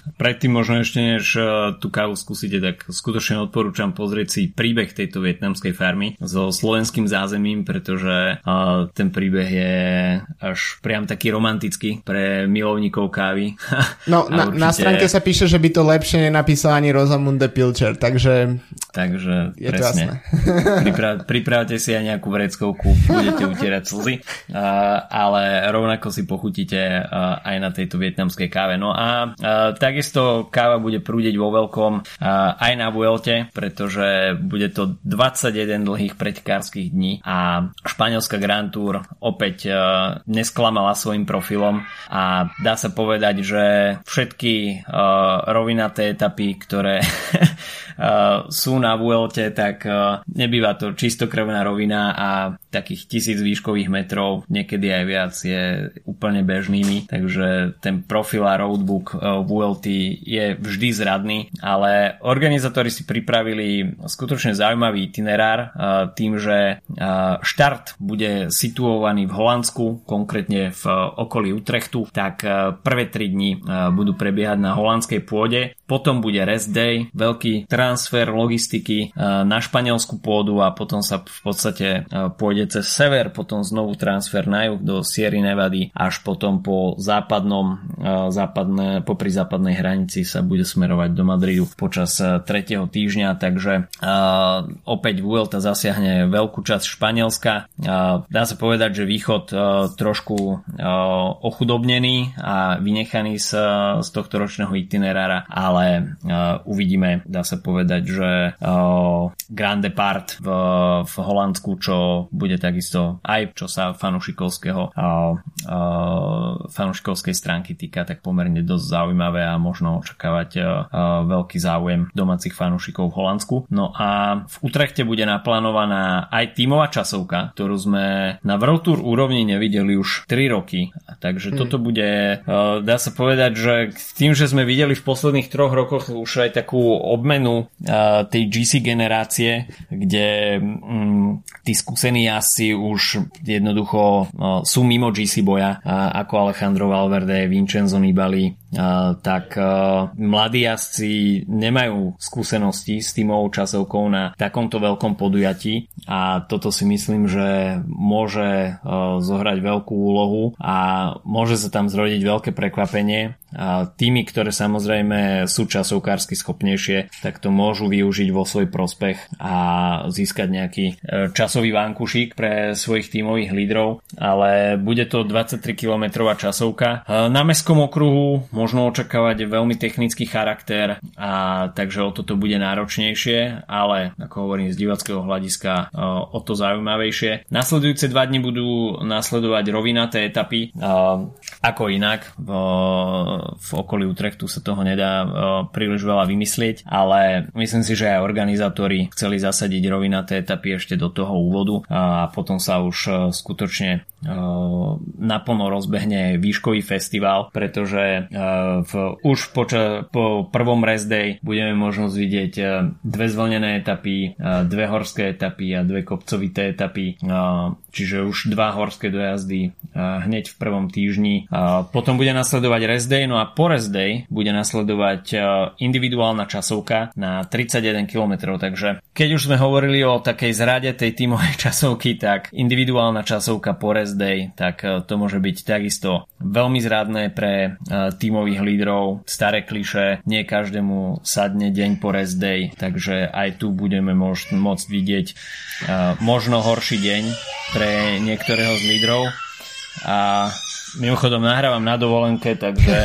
predtým možno ešte než tú kávu skúsite, tak skutočne odporúčam pozrieť si príbeh tejto vietnamskej farmy so slovenským zázemím, pretože ten príbeh je až priam taký romantický pre milovníkov kávy. No, na stránke sa píše, že by to lepšie nenapísal ani Rosamunde Pilcher, takže je presne. Pripravte si aj nejakú vreckovku, budete utierať slzy, ale rovnako si pochutíte aj na tejto vietnamskej káve. No a takisto káva bude prúdiť vo veľkom aj na Vuelte, pretože bude to 21 dlhých pretekárskych dní a španielská Grand Tour opäť nesklamala svojim profilom a dá sa povedať, že všetky rovinaté etapy, ktoré sú na Vuelte, tak nebýva to čistokrvná rovina a takých 1000 výškových metrov, niekedy aj viac, je úplne bežnými, takže ten profil a roadbook Vuelty je vždy zradný, ale organizátori si pripravili skutočne zaujímavý itinerár tým, že štart bude situovaný v Holandsku, konkrétne v okolí Utrechtu, tak prvé 3 dni budú prebiehať na holandskej pôde, potom bude rest day, veľký transfer logistiky na španielsku pôdu a potom sa v podstate pôjde cez sever, potom znovu transfer na juh do Sierry Nevady, až potom po popri západnej hranici sa bude smerovať do Madridu počas 3. týždňa, takže opäť Vuelta zasiahne veľkú časť Španielska. Dá sa povedať, že východ trošku ochudobnený a vynechaný z tohto ročného itinerára, ale uvidíme, dá sa povedať, že Grand Depart v Holandsku, čo bude takisto aj čo sa fanúšikovskej stránky týka, tak pomerne dosť zaujímavé a možno očakávať veľký záujem domácich fanúšikov v Holandsku. No a v Utrechte bude naplánovaná aj tímová časovka, ktorú sme na World Tour úrovni nevideli už 3 roky. Takže toto bude, dá sa povedať, že tým, že sme videli v posledných 3 rokoch už aj takú obmenu tej GC generácie, kde tí skúsení jazdci už jednoducho sú mimo GC boja, ako Alejandro Valverde, Vincenzo Nibali, tak mladí jazdci nemajú skúsenosti s tímovou časovkou na takomto veľkom podujatí a toto si myslím, že môže zohrať veľkú úlohu a môže sa tam zrodiť veľké prekvapenie. Tými, ktoré samozrejme sú časovkársky schopnejšie, tak to môžu využiť vo svoj prospech a získať nejaký časový vankušík pre svojich tímových lídrov, ale bude to 23 km časovka. Na mestskom okruhu možno očakávať veľmi technický charakter a takže o toto bude náročnejšie, ale ako hovorím, z diváckého hľadiska o to zaujímavejšie. Nasledujúce 2 dni budú nasledovať rovinaté etapy, ako inak v okolí Utrechtu sa toho nedá príliš veľa vymyslieť, ale myslím si, že aj organizátori chceli zasadiť rovinaté etapy ešte do toho úvodu a potom sa už skutočne naplno rozbehne výškový festival, pretože už po prvom rest day budeme možnosť vidieť 2 zvlnené etapy, 2 horské etapy a 2 kopcovité etapy, čiže už 2 horské dojazdy hneď v prvom týždni. Potom bude nasledovať rest day, no a po rest day bude nasledovať individuálna časovka na 31 km, takže keď už sme hovorili o takej zrade tej tímovej časovky, tak individuálna časovka po rest day, tak to môže byť takisto veľmi zradné pre tímových lídrov. Staré klišé, nie každému sadne deň po rest day, takže aj tu budeme môcť vidieť možno horší deň pre niektorého z lídrov. A mimochodom nahrávam na dovolenke, takže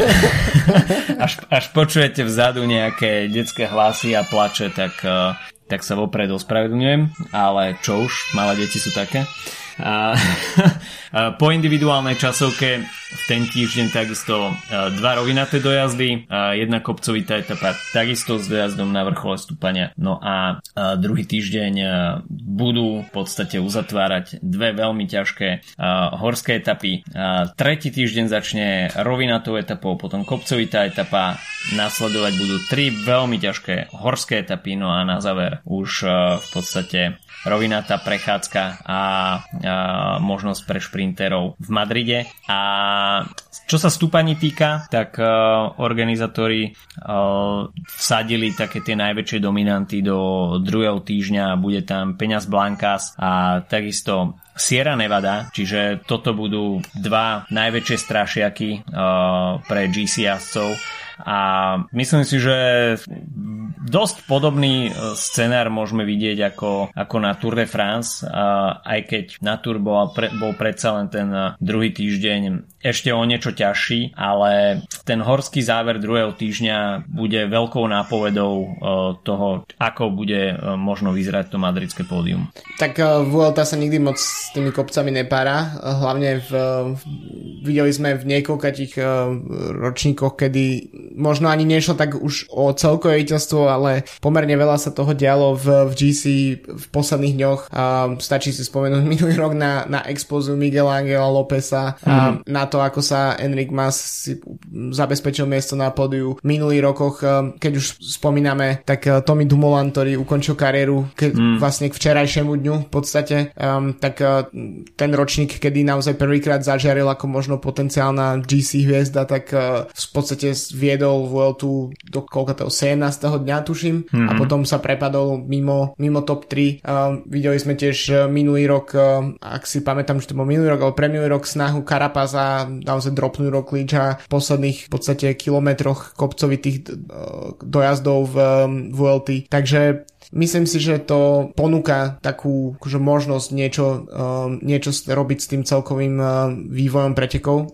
až počujete vzadu nejaké detské hlasy a plače, tak sa vopred ospravedlňujem, ale čo už, malé deti sú také. Po individuálnej časovke v ten týždeň takisto 2 rovinaté dojazdy, 1 kopcovitá etapa takisto s dojazdom na vrchole stúpania. No a druhý týždeň budú v podstate uzatvárať 2 veľmi ťažké horské etapy. Tretí týždeň začne rovinatou etapou, potom kopcovitá etapa, nasledovať budú 3 veľmi ťažké horské etapy, no a na záver už v podstate rovinatá prechádzka a možnosť pre šprinterov v Madride. A čo sa stúpaní týka, tak organizátori vsadili také tie najväčšie dominanty do druhého týždňa. Bude tam Peñas Blancas a takisto Sierra Nevada, čiže toto budú dva najväčšie strašiaky pre GC jazdcov. A myslím si, že dosť podobný scenár môžeme vidieť ako na Tour de France, aj keď na Tour bol predsa len ten druhý týždeň ešte o niečo ťažší, ale ten horský záver druhého týždňa bude veľkou nápovedou toho, ako bude možno vyzerať to madridské pódium. Tak Vuelta sa nikdy moc s tými kopcami nepára, hlavne videli sme v niekoľkých ročníkoch, kedy možno ani nešlo tak už o celkové víťazstvo, ale pomerne veľa sa toho dialo v GC v posledných dňoch. Stačí si spomenúť minulý rok na expóziu Miguela Angela Lópeza, na to, ako sa Enric Mas si zabezpečil miesto na pódiu. V minulých rokoch, keď už spomíname, tak Tommy Dumoulin, ktorý ukončil kariéru vlastne k včerajšiemu dňu v podstate, tak ten ročník, kedy naozaj prvýkrát zažiaril ako možno potenciálna GC hviezda, tak v podstate viedol Vueltu do 17. dňa, tuším, a potom sa prepadol mimo top 3. Videli sme tiež minulý rok, ak si pamätám, že to bol minulý rok, ale pre minulý rok snahu Carapaza naozaj dropnúť Rogliča v posledných v podstate kilometroch kopcovitých dojazdov v Vuelty. Takže myslím si, že to ponúka takú akože možnosť niečo robiť s tým celkovým vývojom pretekov.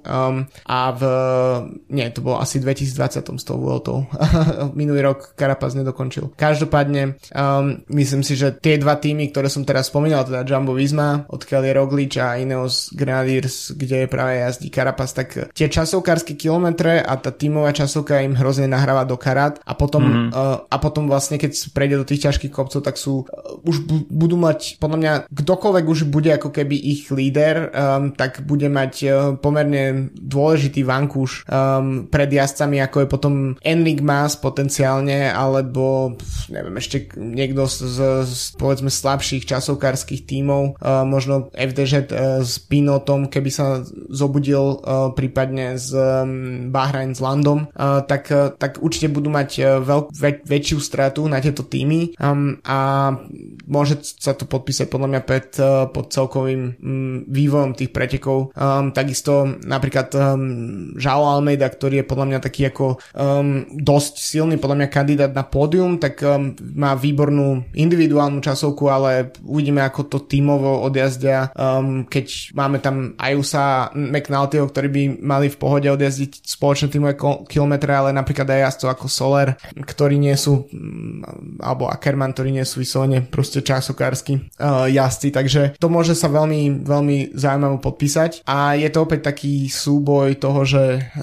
To bolo asi 2020 s tou Vueltou. Minulý rok Carapaz nedokončil. Každopádne myslím si, že tie dva týmy, ktoré som teraz spomínal, teda Jumbo Visma, odkiaľ je Roglič a Ineos Grenadiers, kde práve jazdí Carapaz, tak tie časovkárske kilometre a tá tímová časovka im hrozne nahráva do karát a potom vlastne, keď prejde do tých ťažkých kopcov, tak už budú mať, podľa mňa, kdokoľvek už bude ako keby ich líder, tak bude mať pomerne dôležitý vankúš pred jazdcami, ako je potom Enric Mas potenciálne, alebo neviem, ešte niekto z povedzme slabších časovkárskych tímov, možno FDŽ s Pinotom, keby sa zobudil prípadne s Bahrain s Landom, tak určite budú mať väčšiu stratu na tieto týmy a môže sa to podpísať podľa mňa pod celkovým vývojom tých pretekov. Takisto napríklad João Almeida, ktorý je podľa mňa taký ako dosť silný podľa mňa kandidát na pódium, tak má výbornú individuálnu časovku, ale uvidíme, ako to tímovo odjazdia, keď máme tam Ayusa a McNultyho, ktorí by mali v pohode odjazdiť spoločné tímové kilometre, ale napríklad aj jazdcov ako Soler, ktorí nie sú, alebo Ackermann, ktorí nie sú vyslovene proste časokársky jazdci, takže to môže sa veľmi, veľmi zaujímavo podpísať a je to opäť taký súboj toho, že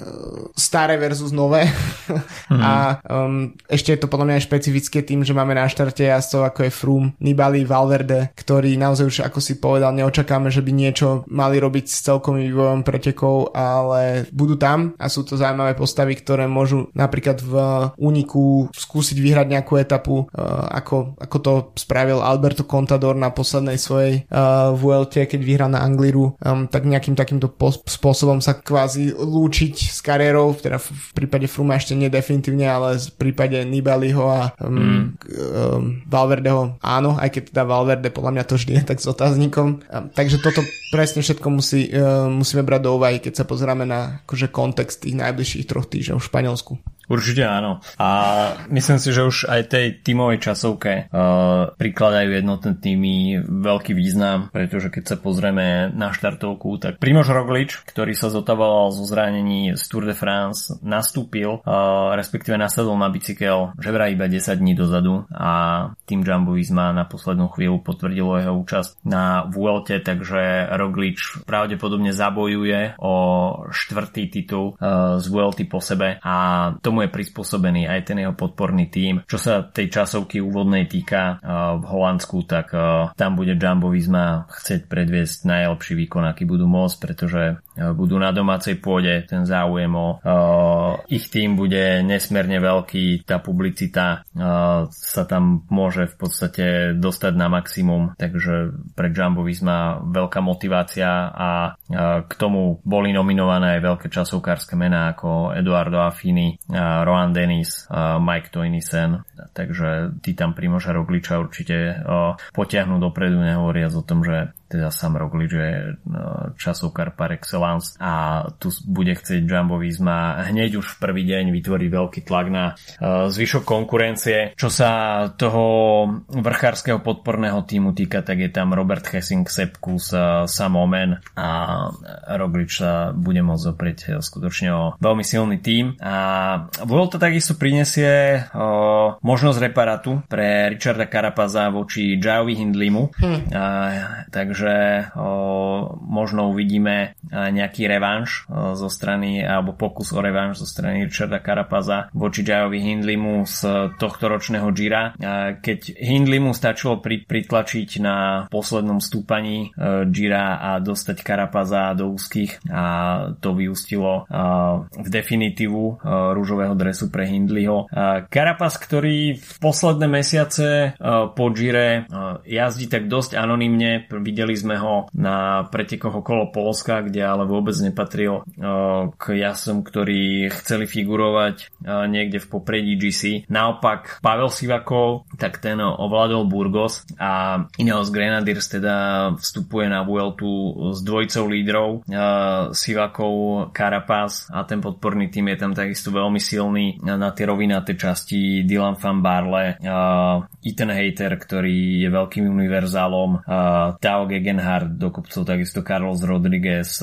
staré versus nové a ešte je to podľa mňa aj špecifické tým, že máme na štarte jazdcov ako je Froome, Nibali, Valverde, ktorí naozaj už, ako si povedal, neočakáme, že by niečo mali robiť s celkovým vývojom pretekov, ale budú tam a sú to zaujímavé postavy, ktoré môžu napríklad v úniku skúsiť vyhrať nejakú etapu, ako to spravil Alberto Contador na poslednej svojej Vuelte, keď vyhrá na Angliru, tak nejakým takýmto spôsobom sa kvázi lúčiť s kariérou, teda v prípade Froome ešte nedefinitívne, ale v prípade Nibaliho a Valverdeho áno, aj keď teda Valverde podľa mňa to vždy je tak s otáznikom. Takže toto presne všetko musíme brať do úvahy, keď sa pozeráme na akože kontext tých najbližších 3 týždňov v Španielsku. Určite áno. A myslím si, že už aj tej tímovej časovke prikladajú jednotné tímy veľký význam, pretože keď sa pozrieme na štartovku, tak Primož Roglič, ktorý sa zotavoval zo zranení z Tour de France, nastúpil, respektíve nasadol na bicykel, že vraj iba 10 dní dozadu a tým Jumbo Visma na poslednú chvíľu potvrdilo jeho účasť na Vuelte, takže Roglič pravdepodobne zabojuje o 4. titul z Vuelty po sebe a tomu je prispôsobený aj ten jeho podporný tím. Čo sa tej časovky úvodnej týka v Holandsku, tak tam bude Jumbo Visma chcieť predviesť najlepší výkon, aký budú môcť, pretože budú na domácej pôde, ten záujem o ich tým bude nesmierne veľký, tá publicita sa tam môže v podstate dostať na maximum, takže pre Jumbo Visma veľká motivácia a k tomu boli nominované aj veľké časovkárske mená ako Edoardo Affini, Rohan Dennis, Mike Toynisen, takže tí tam Primoža Rogliča určite potiahnu dopredu, nehovoriac o tom, že teda Sam Roglič je časovkár par excellence a tu bude chcieť Jumbo Visma hneď už v prvý deň vytvoriť veľký tlak na zvyšok konkurencie. Čo sa toho vrchárskeho podporného týmu týka, tak je tam Robert Hessing, Sepp Kuss, Sam Oomen a Roglič sa bude môcť oprieť skutočne o veľmi silný tím a Vuelta takisto prinesie možnosť reparatu pre Richarda Carapaza voči Jaovi Hindlimu, takže možno uvidíme nejaký revanš zo strany, alebo pokus o revanš zo strany Richarda Carapaza voči Jaovi Hindlimu z tohto ročného Gira. Keď Hindlimu stačilo pritlačiť na poslednom stúpaní Gira a dostať Carapaza do úzkých a to vyústilo v definitívu rúžového dresu pre Hindleyho. Carapaz, ktorý v posledné mesiace po Gire jazdí tak dosť anonymne, videli sme ho na pretekoch okolo Poľska, kde ale vôbec nepatril k jazdcom, ktorí chceli figurovať niekde v popredí GC. Naopak Pavel Sivakov, tak ten ovládol Burgos a Ineos Grenadiers teda vstupuje na Vueltu s dvojicou lídrov Sivakov, Carapaz a ten podporný tým je tam takisto veľmi silný na tie rovinaté časti Dylan van Baarle, Ethan Hayter, ktorý je veľkým univerzálom, Tao Gegenhardt do kopcov, takisto Carlos Rodriguez,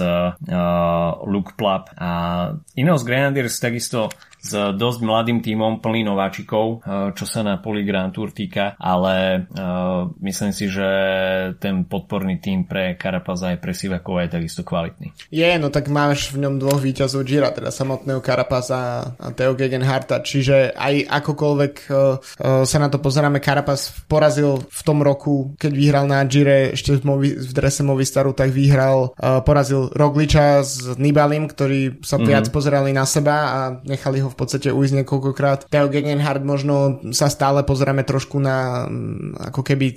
Luke Plapp a Ineos Grenadiers takisto s dosť mladým tímom plný nováčikov, čo sa na Poli Grand Tour týka, ale myslím si, že ten podporný tím pre Carapaza aj pre Sivakova je takisto kvalitný. No tak máš v ňom dvoch víťazov Gira, teda samotného Carapaza a Theo Gegenhardta, čiže aj akokoľvek sa na to pozeráme, Carapaz porazil v tom roku, keď vyhral na Gire ešte v drese Movistaru, tak porazil Rogliča s Nibalim, ktorí sa viac pozerali na seba a nechali ho v podstate ujsť niekoľkokrát. Theo Gegenhardt možno sa stále pozeráme trošku na ako keby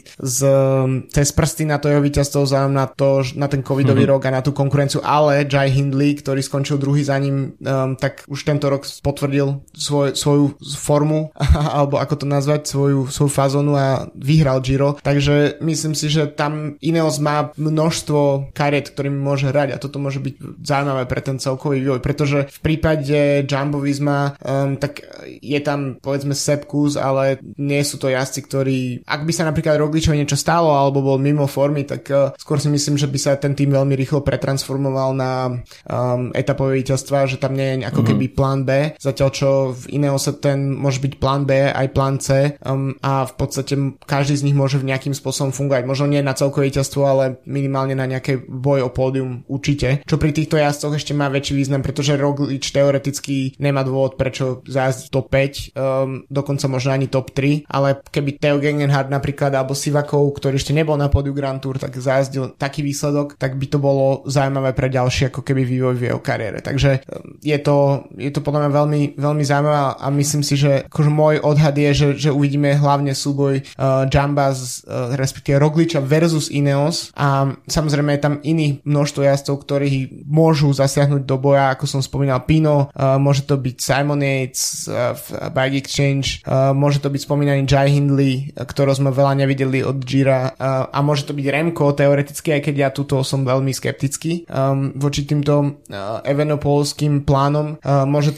cez prsty na to jeho víťazstvo na ten covidový rok a na tú konkurenciu, ale Jai Hindley, ktorý skončil druhý za ním, tak už tento rok potvrdil svoju formu alebo ako to nazvať, svoju fazónu a vyhral Giro, takže myslím si, že tam Ineos má množstvo kariet, ktorými môže hrať a toto môže byť zaujímavé pre ten celkový vývoj, pretože v prípade Jumbo Visma tak je tam povedzme Sepp Kuss, ale nie sú to jazdci, ktorí, ak by sa napríklad Rogličovi niečo stalo alebo bol mimo formy, tak skôr si myslím, že by sa ten tým veľmi rýchlo pretransformoval na etapové víťazstva, že tam nie je ako keby plán B, zatiaľ čo v Ineose ten môže byť plán B aj plán C a v podstate každý z nich môže v nejakým spôsobom fungovať, možno nie na celkové víťazstvo, ale minimálne na nejaké boj o pódium určite, čo pri týchto jazdcoch ešte má väčší význam, pretože Roglič teoreticky nemá dôvod, prečo zájsť top 5, dokonca možno ani top 3, ale keby Theo Gegenhardt napríklad alebo Sivakov, ktorý ešte nebol na pódiu Grand Tour, tak zájazdil taký výsledok, tak by to bolo zaujímavé pre ďalší ako keby vývoj v jeho kariére. Takže je to podľa mňa veľmi, veľmi zaujímavé a myslím si, že akože môj odhad je, že uvidíme hlavne súboj Jamba respektíve Rogliča versus Ineos a samozrejme je tam iných množstvo jazdcov, ktorí môžu zasiahnuť do boja, ako som spomínal Pino, môže to byť Simon Yates, Bike Exchange, môže to byť spomínaný Jai Hindley, ktorého sme veľa nevideli od Gira a môže to byť Remco teoreticky, aj keď ja tuto som veľmi skeptický voči týmto evenopolským plánom. Môže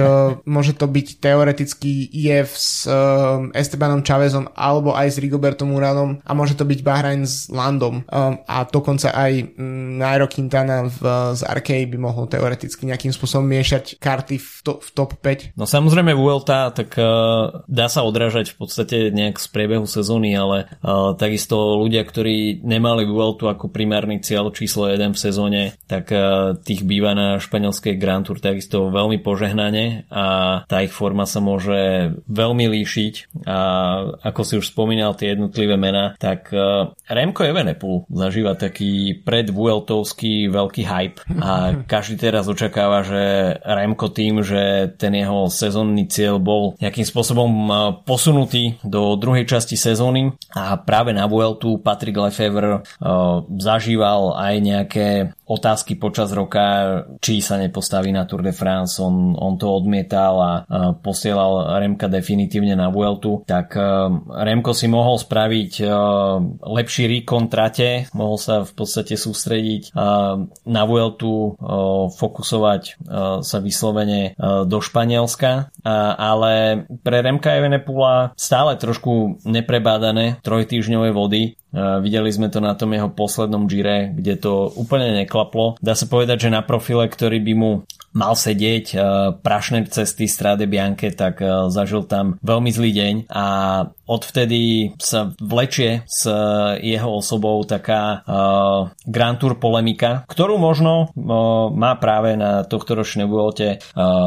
to byť teoreticky IF s Estebanom Chavezom alebo aj s Rigobertom Uranom a môže to byť Bahrain s Landom a dokonca aj Nairo Quintana z Arkei by mohol teoreticky nejakým spôsobom miešať karty v top 5. No samozrejme Vuelta, tak dá sa odrážať v podstate nejak z priebehu sezóny, ale takisto ľudia, ktorí nemali Vueltu ako primárny cieľ číslo 1 v sezóne, tak tých býva na španielskej Grand Tour takisto veľmi požehnane a tá ich forma sa môže veľmi líšiť a ako si už spomínal tie jednotlivé mená, tak Remco Evenepoel Evenepoel zažíva taký predvueltovský veľký hype a každý teraz očakáva, že Remco tým, že ten jeho sezónny cieľ bol nejakým spôsobom posunutý do druhej časti sezóny a práve na Vueltu Patrick Lefevre zažíval aj nejaké otázky počas roka, či sa nepostaví na Tour de France. On to odmietal a posielal Remka definitívne na Vueltu. Tak Remko si mohol spraviť lepší výkon trate, mohol sa v podstate sústrediť na Vueltu, fokusovať sa vyslovene do Španielska, ale pre Remka Evenepoela stále trošku neprebádané trojtýždňové vody. Videli sme to na tom jeho poslednom Gire, kde to úplne neklaplo. Dá sa povedať, že na profile, ktorý by mu mal sedieť, prašné cesty Strade Bianche, tak zažil tam veľmi zlý deň a odvtedy sa vlečie s jeho osobou taká Grand Tour polemika, ktorú možno má práve na tohtoročnej Vuelte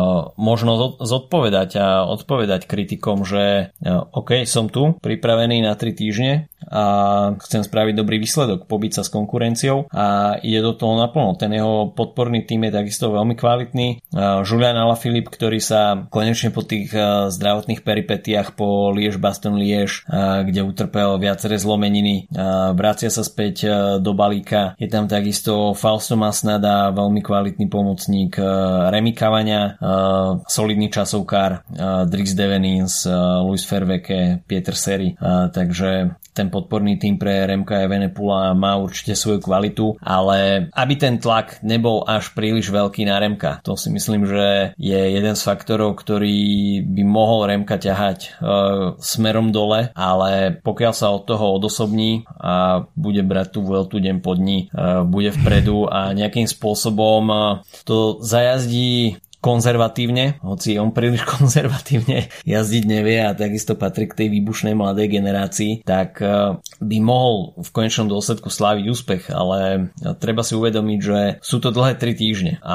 možno zodpovedať a odpovedať kritikom, že OK, som tu, pripravený na 3 týždne a chcem spraviť dobrý výsledok, pobiť sa s konkurenciou a ide do toho naplno. Ten jeho podporný tím je takisto veľmi kvalitný. Julian Alaphilippe, ktorý sa konečne po tých zdravotných peripetiách po Liège-Bastogne-Liège, kde utrpel viaceré zlomeniny, vracia sa späť do balíka. Je tam takisto Fausto Masnada, veľmi kvalitný pomocník, Remy Cavagna, solidný časovkár, Drix Devenins, Luis Verwecke, Pieter Seri, takže ten podporný tým pre Remka Evenepoela má určite svoju kvalitu, ale aby ten tlak nebol až príliš veľký na Remka, to si myslím, že je jeden z faktorov, ktorý by mohol Remka ťahať smerom dole, ale pokiaľ sa od toho odosobní a bude brať tú Vueltu deň po dni, bude vpredu a nejakým spôsobom to zajazdí konzervatívne, hoci on príliš konzervatívne jazdiť nevie a takisto patrí k tej výbušnej mladej generácii, tak by mohol v konečnom dôsledku sláviť úspech, ale treba si uvedomiť, že sú to dlhé 3 týždne a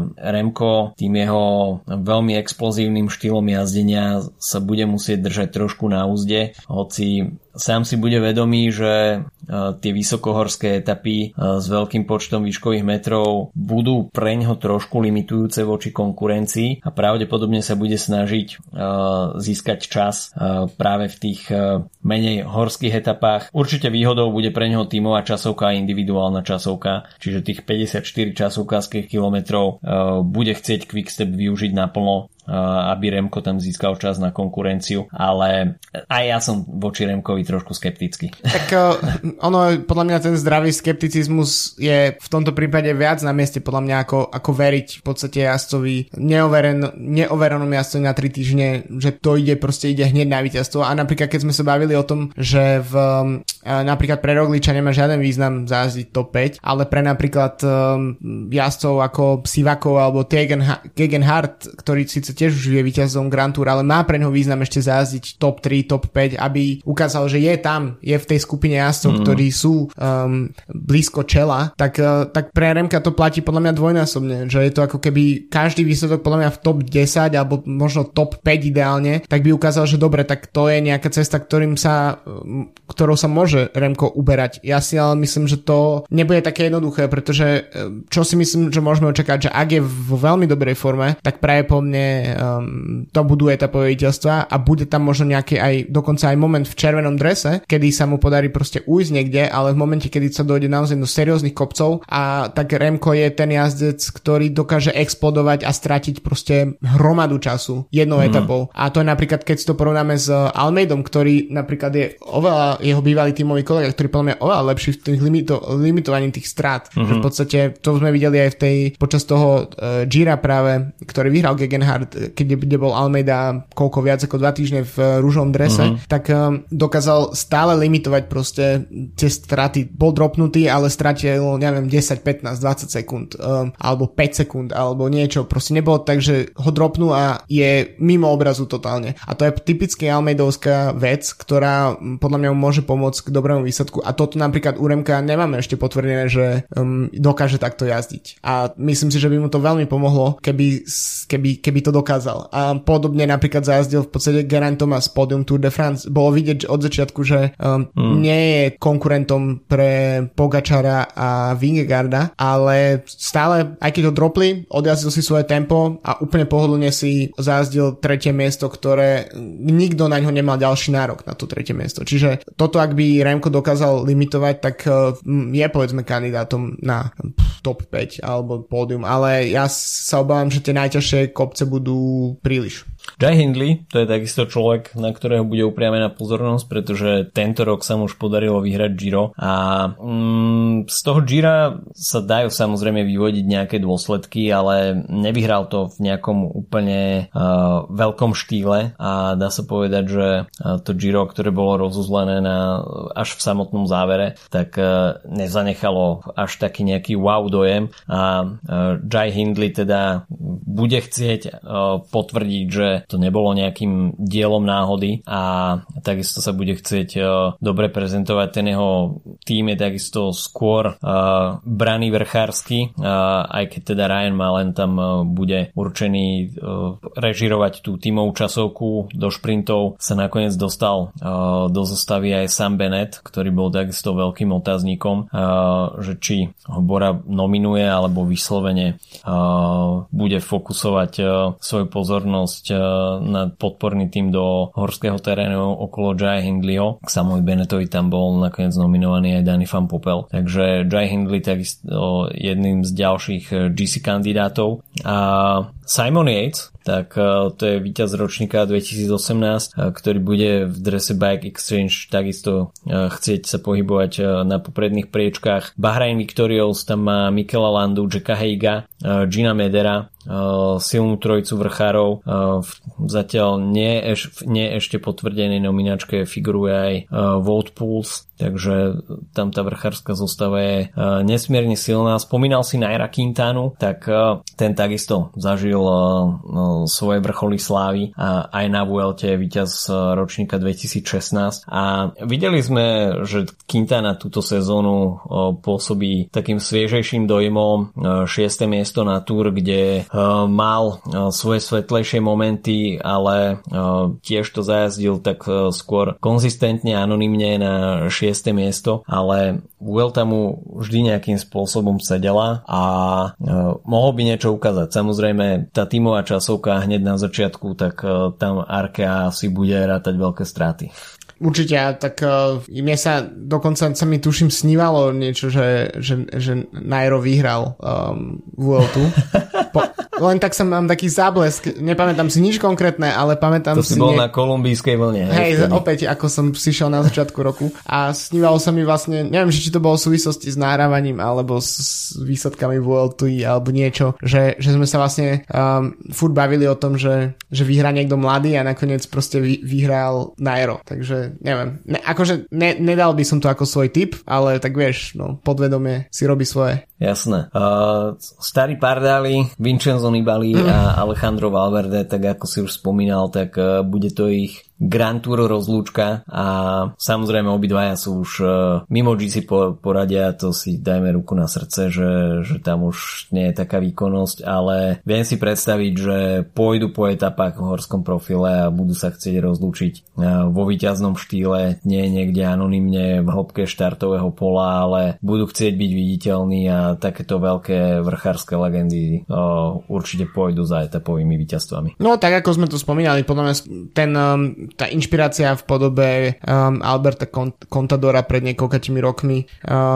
Remko tým jeho veľmi explozívnym štýlom jazdenia sa bude musieť držať trošku na úzde, hoci sám si bude vedomý, že tie vysokohorské etapy s veľkým počtom výškových metrov budú preňho trošku limitujúce voči konkurencii a pravdepodobne sa bude snažiť získať čas práve v tých menej horských etapách. Určite výhodou bude preňho tímová časovka a individuálna časovka, čiže tých 54 časovkárskych kilometrov bude chcieť Quickstep využiť naplno, aby Remko tam získal čas na konkurenciu, ale aj ja som voči Remkovi trošku skeptický. Tak ono, podľa mňa ten zdravý skepticizmus je v tomto prípade viac na mieste podľa mňa ako veriť v podstate jazdcovi neoverenom jazdcovi na 3 týždne, že to ide hneď na víťazstvo. A napríklad keď sme sa bavili o tom, že napríklad pre Rogliča nemá žiaden význam zajazdiť top 5, ale pre napríklad jazdcov ako Sivakov alebo Gegenhardt, ktorý síce tiež už je víťazom Grand Tour, ale má pre neho význam ešte zajazdiť top 3, top 5, aby ukázal, že je v tej skupine jazdcov, ktorí sú blízko čela, tak pre Remka to platí podľa mňa dvojnásobne, že je to ako keby každý výsledok podľa mňa v top 10 alebo možno top 5 ideálne, tak by ukázal, že dobre, tak to je nejaká cesta, ktorou sa môže Remko uberať. Ja si ale myslím, že to nebude také jednoduché, pretože čo si myslím, že môžeme očakávať, že ak je vo veľmi dobrej forme, tak práve po mne to budú etapové víťazstvá a bude tam možno nejaký aj dokonca aj moment v červenom drese, kedy sa mu podarí proste ujsť niekde, ale v momente, kedy sa dojde naozaj do serióznych kopcov a tak Remko je ten jazdec, ktorý dokáže explodovať a stratiť proste hromadu času jednou etapou. A to je napríklad, keď si to porovnáme s Almeidom, ktorý napríklad je oveľa, jeho bývalý tímový kolega, ktorý podľa mňa oveľa lepší v tých limitovaní tých strát. Že v podstate to sme videli aj počas toho Gira práve, ktorý vyhral Gegenhardt, kde bol Almeida koľko viac ako 2 týždne v rúžovom drese, tak dokázal stále limitovať proste tie straty. Bol dropnutý, ale stratil, neviem, 10, 15, 20 sekúnd alebo 5 sekúnd alebo niečo. Proste nebolo tak, že ho dropnú a je mimo obrazu totálne. A to je typicky Almeidovská vec, ktorá podľa mňa môže pomôcť k dobrému výsledku. A toto napríklad u Remka nemáme ešte potvrdené, že dokáže takto jazdiť. A myslím si, že by mu to veľmi pomohlo, keby to dokázal. A podobne napríklad zajazdil v podstate Geraint Thomas Podium Tour de France. Bolo vidieť od začiatku, že nie je konkurentom pre Pogačara a Vingegaarda, ale stále, aj keď ho dropli, odjazdil si svoje tempo a úplne pohodlne si zajazdil tretie miesto, ktoré nikto na ňo nemal ďalší nárok na to tretie miesto. Čiže toto, ak by Remco dokázal limitovať, tak je povedzme kandidátom na top 5 alebo pódium, ale ja sa obávam, že tie najťažšie kopce budú príliš. Jai Hindley, to je takisto človek, na ktorého bude upriamená pozornosť, pretože tento rok sa mu už podarilo vyhrať Giro a z toho Gira sa dajú samozrejme vyvodiť nejaké dôsledky, ale nevyhral to v nejakom úplne veľkom štýle a dá sa povedať, že to Giro, ktoré bolo rozuzlené až v samotnom závere, tak nezanechalo až taký nejaký wow dojem a Jai Hindley teda bude chcieť potvrdiť, že to nebolo nejakým dielom náhody a takisto sa bude chcieť dobre prezentovať. Ten jeho tým je takisto skôr braný vrchársky, aj keď teda Ryan Mullen tam bude určený režirovať tú tímovú časovku. Do šprintov sa nakoniec dostal do zostavy aj Sam Bennett, ktorý bol takisto veľkým otáznikom, že či ho Bora nominuje alebo vyslovene bude fokusovať svoju pozornosť na podporný tým do horského terénu okolo Jai Hindleyho. K samovi Bennettovi tam bol nakoniec nominovaný aj Danny van Poppel. Takže Jai Hindley takisto jedným z ďalších GC kandidátov. A Simon Yates, tak to je víťaz ročníka 2018, ktorý bude v drese Bike Exchange takisto chcieť sa pohybovať na popredných priečkách. Bahrain Victorious tam má Mikela Landu, Jacka Haiga, Gina Medera, silnú trojicu vrchárov. Zatiaľ nie ešte potvrdenej nominačke figuruje aj Wout Poels, takže tam tá vrchárska zostava je nesmierne silná. Spomínal si Naira Quintanu, tak ten takisto zažil svoje vrcholy slávy a aj na Vuelte víťaz ročníka 2016 a videli sme, že Quintana túto sezónu pôsobí takým sviežejším dojmom. 6. miesto na Tour, kde mal svoje svetlejšie momenty, ale tiež to zajazdil tak skôr konzistentne, anonymne na 6. miesto, ale Vuelta mu vždy nejakým spôsobom sedela a mohol by niečo ukázať. Samozrejme, tá tímová časovka hneď na začiatku, tak tam Arkea si bude rátať veľké straty. Určite, tak mne sa dokonca sa mi tuším snívalo niečo, že Nairo vyhral Vueltu. Len tak som mám taký záblesk, nepamätám si nič konkrétne, ale pamätám si... To si bol na kolumbijskej vlne. Hej, opäť, ako som prišiel na začiatku roku a snívalo sa mi vlastne, neviem, či to bolo v súvislosti s nahrávaním alebo s výsledkami Vuelty alebo niečo, že sme sa vlastne furt bavili o tom, že vyhrá niekto mladý a nakoniec proste vyhral Nairo, takže neviem, nedal by som to ako svoj tip, ale tak vieš, no, podvedomie si robí svoje. Jasné. Starí Pardali, Vincenzo Nibali a Alejandro Valverde, tak ako si už spomínal, tak bude to ich Grand Tour rozlúčka a samozrejme obidvaja sú už mimo GC poradia, to si dajme ruku na srdce, že tam už nie je taká výkonnosť, ale viem si predstaviť, že pôjdu po etapách v horskom profile a budú sa chcieť rozlúčiť vo víťaznom štýle, nie niekde anonymne v hĺbke štartového pola, ale budú chcieť byť viditeľní a takéto veľké vrchárske legendy určite pôjdu za etapovými víťazstvami. No tak ako sme to spomínali, podľa mňa tá inšpirácia v podobe Alberta Contadora pred niekoľkými rokmi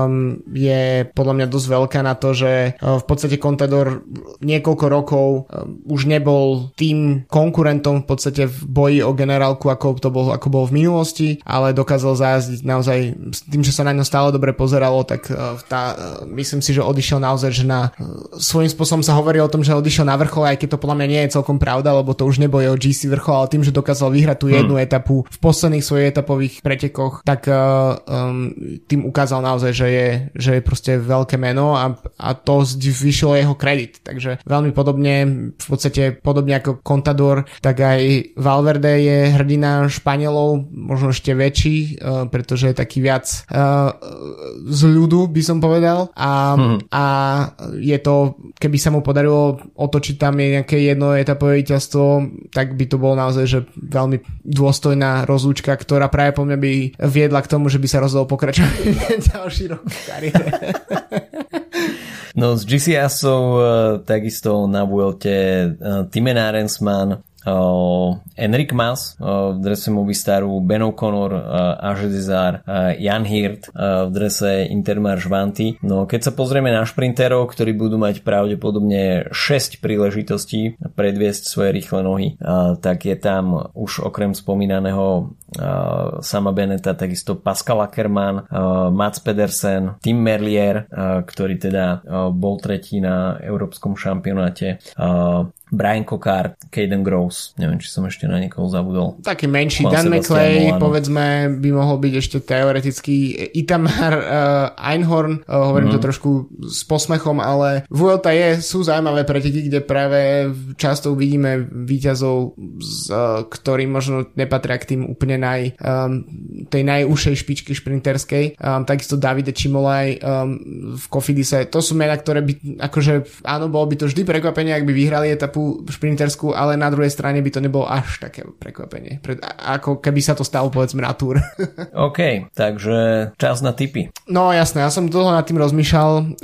je podľa mňa dosť veľká na to, že v podstate Contador niekoľko rokov už nebol tým konkurentom v podstate v boji o generálku, ako bol v minulosti, ale dokázal zajazdiť naozaj s tým, že sa na ňo stále dobre pozeralo, tak myslím si, že odišiel naozaj, že svojím spôsobom sa hovorí o tom, že odišiel na vrchol, aj keď to podľa mňa nie je celkom pravda, lebo to už nebol jeho GC vrchol, ale tým, že dokázal vyhrať tú jednu etapu v posledných svojich etapových pretekoch, tak tým ukázal naozaj, že je proste veľké meno a to zvyšilo jeho kredit. Takže veľmi podobne, v podstate podobne ako Contador, tak aj Valverde je hrdina Španielov, možno ešte väčší, pretože je taký viac z ľudu, by som povedal. A je to, keby sa mu podarilo otočiť tam nejaké jedno etapové víťazstvo, tak by to bolo naozaj, že veľmi dôstojná rozlúčka, ktorá práve po mňa by viedla k tomu, že by sa rozhodol pokračovať ďalší rok v kariére. No z GCS-ov takisto na Vuelte Timen Arensman, Enric Mas v drese Movistaru, Ben O'Connor, Age Desar, Jan Hirt v drese Intermarché Vanty. No keď sa pozrieme na šprinterov, ktorí budú mať pravdepodobne 6 príležitostí predviesť svoje rýchle nohy, tak je tam už okrem spomínaného Sama Beneta takisto Pascal Ackermann, Mats Pedersen, Tim Merlier, ktorý teda bol tretí na európskom šampionáte, Brian Cockart, Caden Groves, neviem, či som ešte na niekoho zabudol. Taký menší, Dan McLay, povedzme, by mohol byť ešte teoreticky Itamar Einhorn, hovorím to trošku s posmechom, ale Vuelta sú zaujímavé preteky, kde práve často vidíme víťazov, ktorí možno nepatria k tým úplne tej najúžšej špičky šprinterskej. Takisto Davide Cimolai v Cofidise. To sú mená, ktoré by, akože áno, bolo by to vždy prekvapenie, ak by vyhrali etapu šprinterskú, ale na druhej strane by to nebolo až také prekvapenie. Ako keby sa to stalo, povedzme, na Tour. OK, takže čas na tipy. No jasné, ja som dlho nad tým rozmýšľal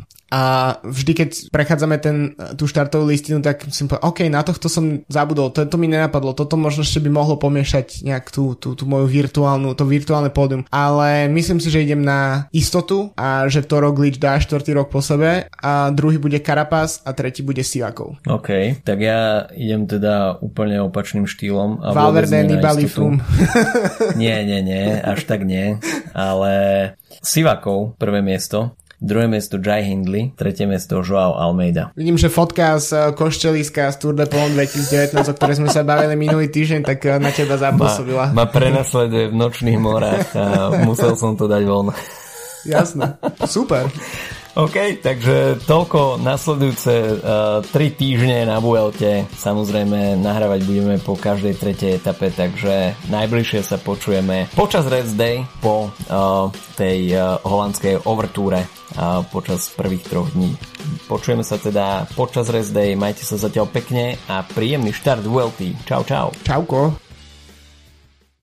a vždy, keď prechádzame tú štartovú listinu, tak som povedal, OK, na tohto som zabudol, to mi nenapadlo, toto možno ešte by mohlo pomiešať nejak tú moju virtuálne pódium, ale myslím si, že idem na istotu a že to Roglič dá 4. rok po sebe a druhý bude Carapaz a tretí bude Sivakov. OK, tak ja idem teda úplne opačným štýlom. Valverde, Nibali, Froome. Nie, až tak nie, ale Sivakov prvé miesto, druhé miesto Jai Hindley, tretie miesto Joao Almeida. Vidím, že fotka z Koščeliska z Tour de Pont 2019, o ktorej sme sa bavili minulý týždeň, tak na teba zapôsobila. Ma prenasleduje v nočných morách a musel som to dať von. Jasné, super. OK, takže toľko nasledujúce 3 týždne na Vuelte. Samozrejme nahrávať budeme po každej tretej etape, takže najbližšie sa počujeme počas Rest Day po tej holandskej overtúre počas prvých 3 dní. Počujeme sa teda počas Rest Day, majte sa zatiaľ pekne a príjemný štart Vuelty. Čau. Čauko.